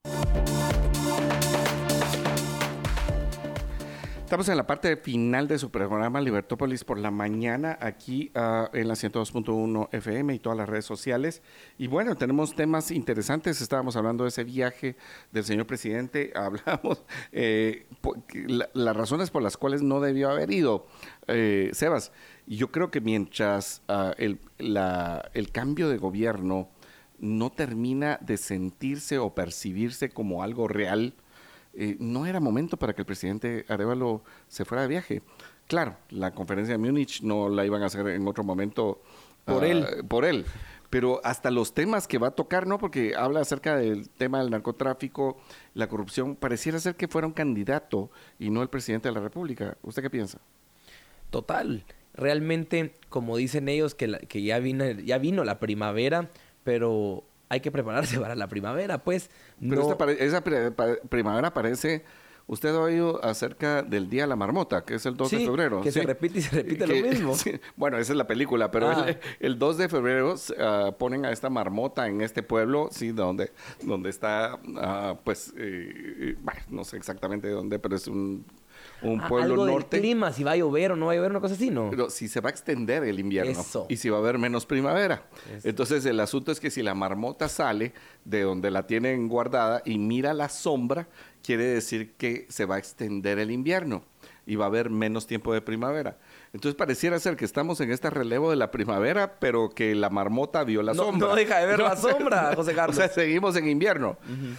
Estamos en la parte final de su programa Libertópolis por la mañana, aquí en la 102.1 FM y todas las redes sociales. Y bueno, tenemos temas interesantes. Estábamos hablando de ese viaje del señor presidente. Hablamos las razones por las cuales no debió haber ido, Sebas. Y yo creo que mientras el cambio de gobierno no termina de sentirse o percibirse como algo real, no era momento para que el presidente Arévalo se fuera de viaje. Claro, la conferencia de Múnich no la iban a hacer en otro momento por él. Pero hasta los temas que va a tocar, ¿no? Porque habla acerca del tema del narcotráfico, la corrupción. Pareciera ser que fuera un candidato y no el presidente de la República. ¿Usted qué piensa? Total. Realmente, como dicen ellos, que ya vino la primavera, pero hay que prepararse para la primavera, pues. Pero esa primavera parece... Usted ha oído acerca del Día de la Marmota, que es el 2 de febrero. Que se repite y se repite lo mismo. Sí. Bueno, esa es la película, pero el 2 de febrero ponen a esta marmota en este pueblo, sí, donde está, bueno, no sé exactamente de dónde, pero es un pueblo algo norte. Del clima, si va a llover o no va a llover, una cosa así, ¿no? Pero si se va a extender el invierno. Eso. Y si va a haber menos primavera. Eso. Entonces, el asunto es que si la marmota sale de donde la tienen guardada y mira la sombra, quiere decir que se va a extender el invierno y va a haber menos tiempo de primavera. Entonces, pareciera ser que estamos en este relevo de la primavera, pero que la marmota vio la sombra. No deja de ver la sombra, José Carlos. O sea, seguimos en invierno.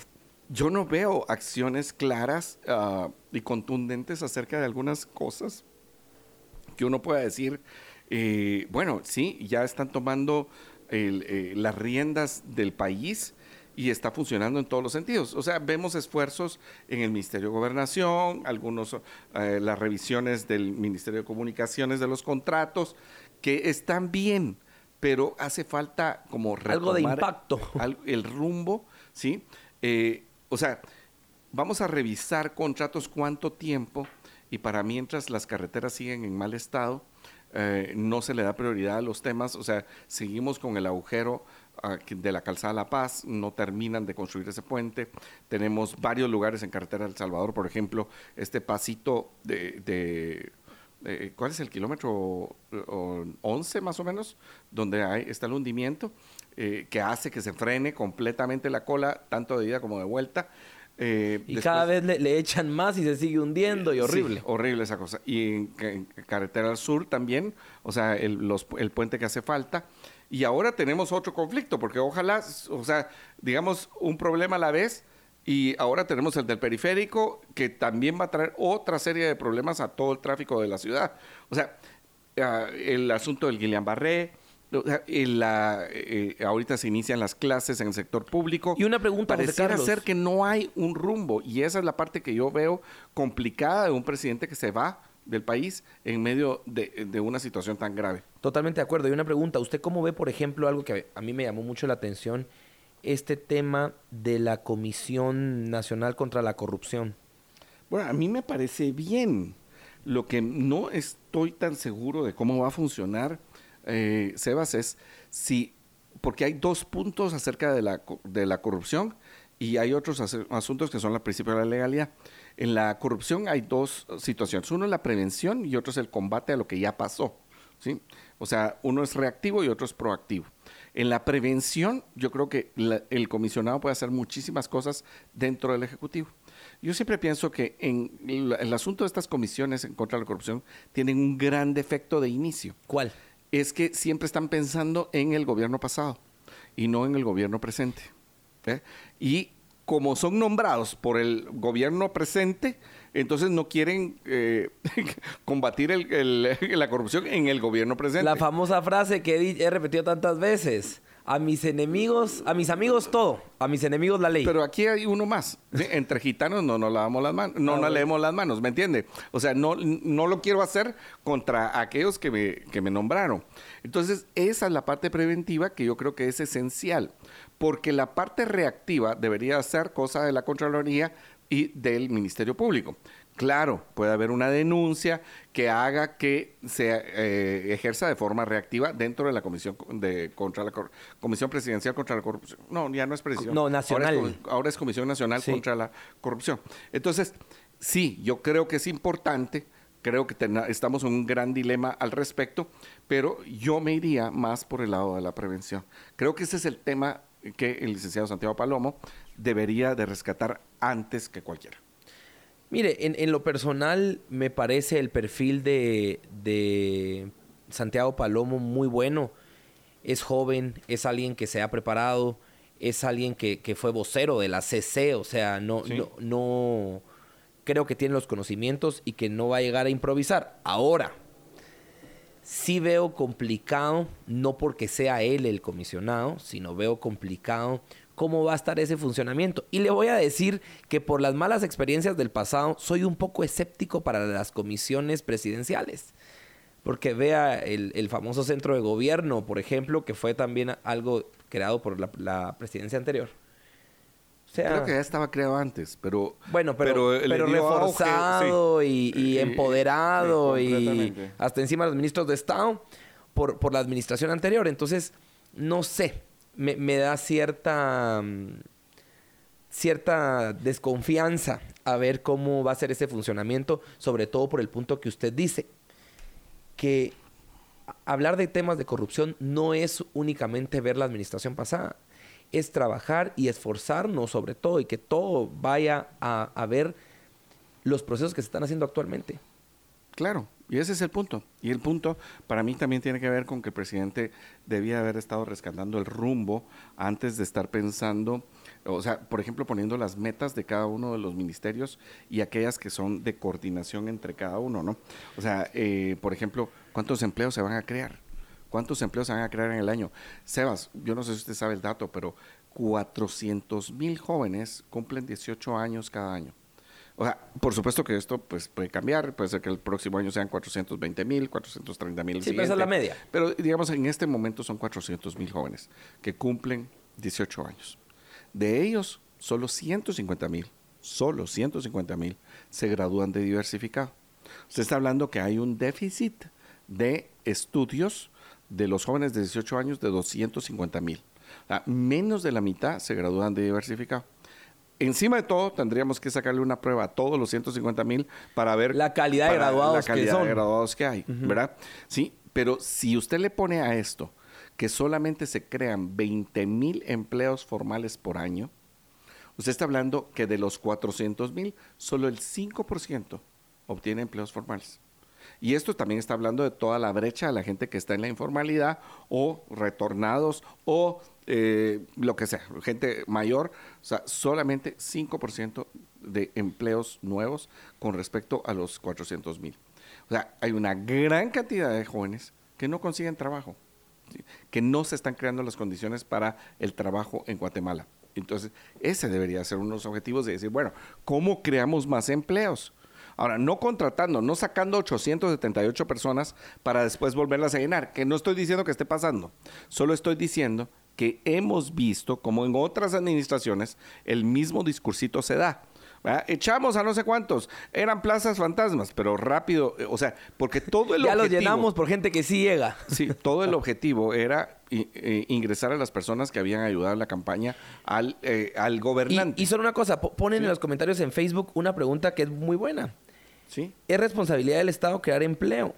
yo no veo acciones claras y contundentes acerca de algunas cosas que uno pueda decir, bueno, sí, ya están tomando las riendas del país y está funcionando en todos los sentidos. O sea, vemos esfuerzos en el Ministerio de Gobernación, las revisiones del Ministerio de Comunicaciones de los contratos, que están bien, pero hace falta como retomar algo de impacto. El rumbo, ¿sí? O sea, vamos a revisar contratos cuánto tiempo, y para mientras las carreteras siguen en mal estado, no se le da prioridad a los temas. O sea, seguimos con el agujero de la Calzada La Paz, no terminan de construir ese puente. Tenemos varios lugares en carretera del Salvador, por ejemplo, este pasito ¿cuál es el kilómetro? 11 más o menos, donde está el hundimiento, que hace que se frene completamente la cola, tanto de ida como de vuelta. Y después, cada vez le echan más y se sigue hundiendo y horrible. Sí, horrible esa cosa. Y en carretera al sur también, o sea, el puente que hace falta. Y ahora tenemos otro conflicto, porque ojalá, o sea, digamos, un problema a la vez. Y ahora tenemos el del periférico, que también va a traer otra serie de problemas a todo el tráfico de la ciudad. O sea, el asunto del Guillain-Barré, ahorita se inician las clases en el sector público. Y una pregunta, pareciera ser que no hay un rumbo, y esa es la parte que yo veo complicada de un presidente que se va del país en medio de una situación tan grave. Totalmente de acuerdo. Y una pregunta, ¿usted cómo ve, por ejemplo, algo que a mí me llamó mucho la atención, este tema de la Comisión Nacional contra la Corrupción? Bueno, a mí me parece bien. Lo que no estoy tan seguro de cómo va a funcionar, Sebas, es porque hay dos puntos acerca de la corrupción y hay otros asuntos que son el principio de la legalidad. En la corrupción hay dos situaciones. Uno es la prevención y otro es el combate a lo que ya pasó, ¿sí? O sea, uno es reactivo y otro es proactivo. En la prevención, yo creo que el comisionado puede hacer muchísimas cosas dentro del Ejecutivo. Yo siempre pienso que el asunto de estas comisiones en contra de la corrupción tienen un gran defecto de inicio. ¿Cuál? Es que siempre están pensando en el gobierno pasado y no en el gobierno presente. Y como son nombrados por el gobierno presente, entonces no quieren combatir la corrupción en el gobierno presente. La famosa frase que he repetido tantas veces: a mis amigos todo, a mis enemigos la ley. Pero aquí hay uno más. ¿Sí? Entre gitanos no nos lavamos las manos, no leemos las manos, ¿me entiende? O sea, no lo quiero hacer contra aquellos que me nombraron. Entonces, esa es la parte preventiva que yo creo que es esencial, porque la parte reactiva debería ser cosa de la Contraloría y del Ministerio Público. Claro, puede haber una denuncia que haga que se ejerza de forma reactiva dentro de la Comisión Comisión Presidencial contra la Corrupción. No, ya no es presidencial. No, nacional. Ahora es Comisión Nacional contra la Corrupción. Entonces, sí, yo creo que es importante. Creo que estamos en un gran dilema al respecto, pero yo me iría más por el lado de la prevención. Creo que ese es el tema que el licenciado Santiago Palomo debería de rescatar antes que cualquiera. Mire, en lo personal me parece el perfil de Santiago Palomo muy bueno. Es joven, es alguien que se ha preparado, es alguien que fue vocero de la CC, o sea, no creo que tiene los conocimientos y que no va a llegar a improvisar. Ahora, sí veo complicado, no porque sea él el comisionado, sino veo complicado cómo va a estar ese funcionamiento. Y le voy a decir que por las malas experiencias del pasado, soy un poco escéptico para las comisiones presidenciales. Porque vea el famoso centro de gobierno, por ejemplo, que fue también algo creado por la presidencia anterior. O sea, creo que ya estaba creado antes, pero... Bueno, pero reforzado y empoderado y hasta encima de los ministros de Estado por la administración anterior. Entonces, no sé, me da cierta desconfianza a ver cómo va a ser ese funcionamiento, sobre todo por el punto que usted dice, que hablar de temas de corrupción no es únicamente ver la administración pasada, es trabajar y esforzarnos sobre todo y que todo vaya a ver los procesos que se están haciendo actualmente. Claro, y ese es el punto. Y el punto para mí también tiene que ver con que el presidente debía haber estado rescatando el rumbo antes de estar pensando, o sea, por ejemplo, poniendo las metas de cada uno de los ministerios y aquellas que son de coordinación entre cada uno, ¿no? O sea, por ejemplo, ¿cuántos empleos se van a crear? ¿Cuántos empleos se van a crear en el año? Sebas, yo no sé si usted sabe el dato, pero 400,000 jóvenes cumplen 18 años cada año. O sea, por supuesto que esto pues puede cambiar, puede ser que el próximo año sean 420,000, 430,000. Sí, pero esa es la media. Pero digamos, en este momento son 400,000 jóvenes que cumplen 18 años. De ellos, solo 150,000 se gradúan de diversificado. Usted está hablando que hay un déficit de estudios de los jóvenes de 18 años de 250,000. O sea, menos de la mitad se gradúan de diversificado. Encima de todo, tendríamos que sacarle una prueba a todos los 150,000 para ver la calidad de graduados que hay, ¿verdad? Sí, pero si usted le pone a esto que solamente se crean 20,000 empleos formales por año, usted está hablando que de los 400,000, solo el 5% obtiene empleos formales. Y esto también está hablando de toda la brecha de la gente que está en la informalidad o retornados o lo que sea, gente mayor. O sea, solamente 5% de empleos nuevos con respecto a los 400,000. O sea, hay una gran cantidad de jóvenes que no consiguen trabajo, ¿sí? Que no se están creando las condiciones para el trabajo en Guatemala. Entonces, ese debería ser uno de los objetivos de decir, bueno, ¿cómo creamos más empleos? Ahora, no contratando, no sacando 878 personas para después volverlas a llenar, que no estoy diciendo que esté pasando, solo estoy diciendo que hemos visto, como en otras administraciones, el mismo discursito se da. ¿Verdad? Echamos a no sé cuántos, eran plazas fantasmas, pero rápido, o sea, porque todo el ya objetivo... los llenamos por gente que sí llega. Sí, todo el objetivo era ingresar a las personas que habían ayudado en la campaña al gobernante. Y solo una cosa, ponen en los comentarios en Facebook una pregunta que es muy buena. ¿Sí? ¿Es responsabilidad del Estado crear empleo?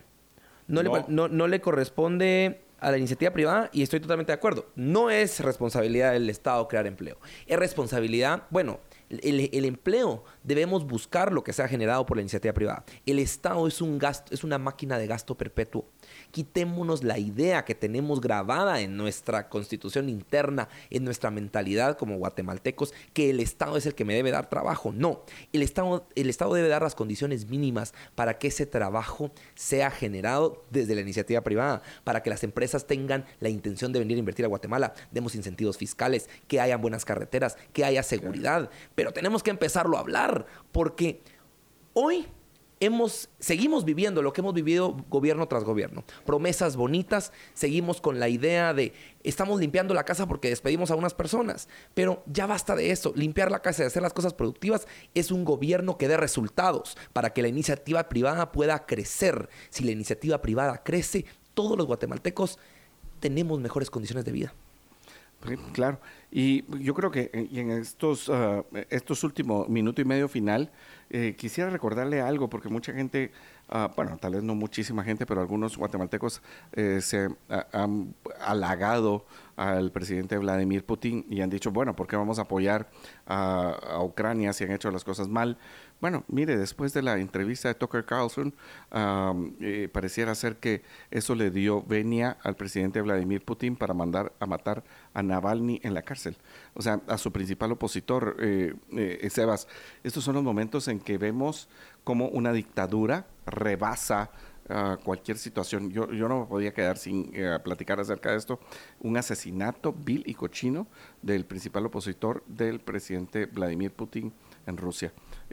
No le corresponde a la iniciativa privada, y estoy totalmente de acuerdo. No es responsabilidad del Estado crear empleo. Es responsabilidad, bueno, el empleo debemos buscar lo que sea generado por la iniciativa privada. El Estado es un gasto, es una máquina de gasto perpetuo. Quitémonos la idea que tenemos grabada en nuestra constitución interna, en nuestra mentalidad como guatemaltecos, que el Estado es el que me debe dar trabajo. No, el Estado debe dar las condiciones mínimas para que ese trabajo sea generado desde la iniciativa privada, para que las empresas tengan la intención de venir a invertir a Guatemala. Demos incentivos fiscales, que hayan buenas carreteras, que haya seguridad. Pero tenemos que empezarlo a hablar, porque hoy seguimos viviendo lo que hemos vivido gobierno tras gobierno. Promesas bonitas, seguimos con la idea de estamos limpiando la casa porque despedimos a unas personas, pero ya basta de eso. Limpiar la casa y hacer las cosas productivas es un gobierno que dé resultados para que la iniciativa privada pueda crecer. Si la iniciativa privada crece, todos los guatemaltecos tenemos mejores condiciones de vida. Claro, y yo creo que en estos últimos minuto y medio final, quisiera recordarle algo, porque mucha gente, bueno, tal vez no muchísima gente, pero algunos guatemaltecos se han halagado al presidente Vladimir Putin y han dicho, bueno, ¿por qué vamos a apoyar a Ucrania si han hecho las cosas mal? Bueno, mire, después de la entrevista de Tucker Carlson, pareciera ser que eso le dio venia al presidente Vladimir Putin para mandar a matar a Navalny en la cárcel. O sea, a su principal opositor, Sebas. Estos son los momentos en que vemos cómo una dictadura rebasa cualquier situación. Yo no me podía quedar sin platicar acerca de esto. Un asesinato vil y cochino del principal opositor del presidente Vladimir Putin en Rusia.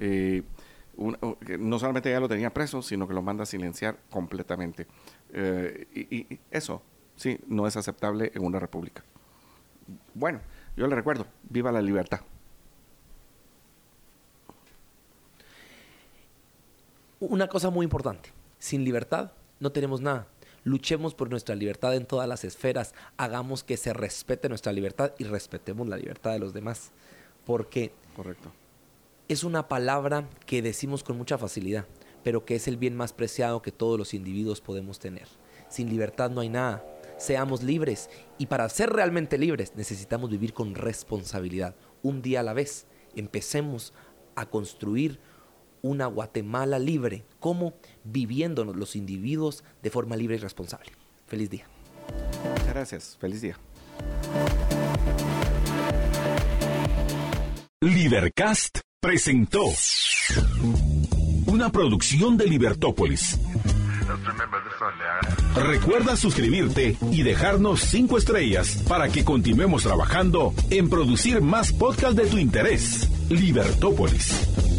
No solamente ya lo tenía preso, sino que lo manda a silenciar completamente. Y eso, sí, no es aceptable en una república. Bueno, yo le recuerdo, viva la libertad. Una cosa muy importante, sin libertad no tenemos nada. Luchemos por nuestra libertad en todas las esferas, hagamos que se respete nuestra libertad y respetemos la libertad de los demás, porque correcto, es una palabra que decimos con mucha facilidad, pero que es el bien más preciado que todos los individuos podemos tener. Sin libertad no hay nada. Seamos libres, y para ser realmente libres necesitamos vivir con responsabilidad, un día a la vez. Empecemos a construir una Guatemala libre. ¿Cómo? Viviéndonos los individuos de forma libre y responsable. Feliz día. Muchas gracias. Feliz día. Lidercast presentó una producción de Libertópolis. Recuerda suscribirte y dejarnos 5 estrellas para que continuemos trabajando en producir más podcasts de tu interés. Libertópolis.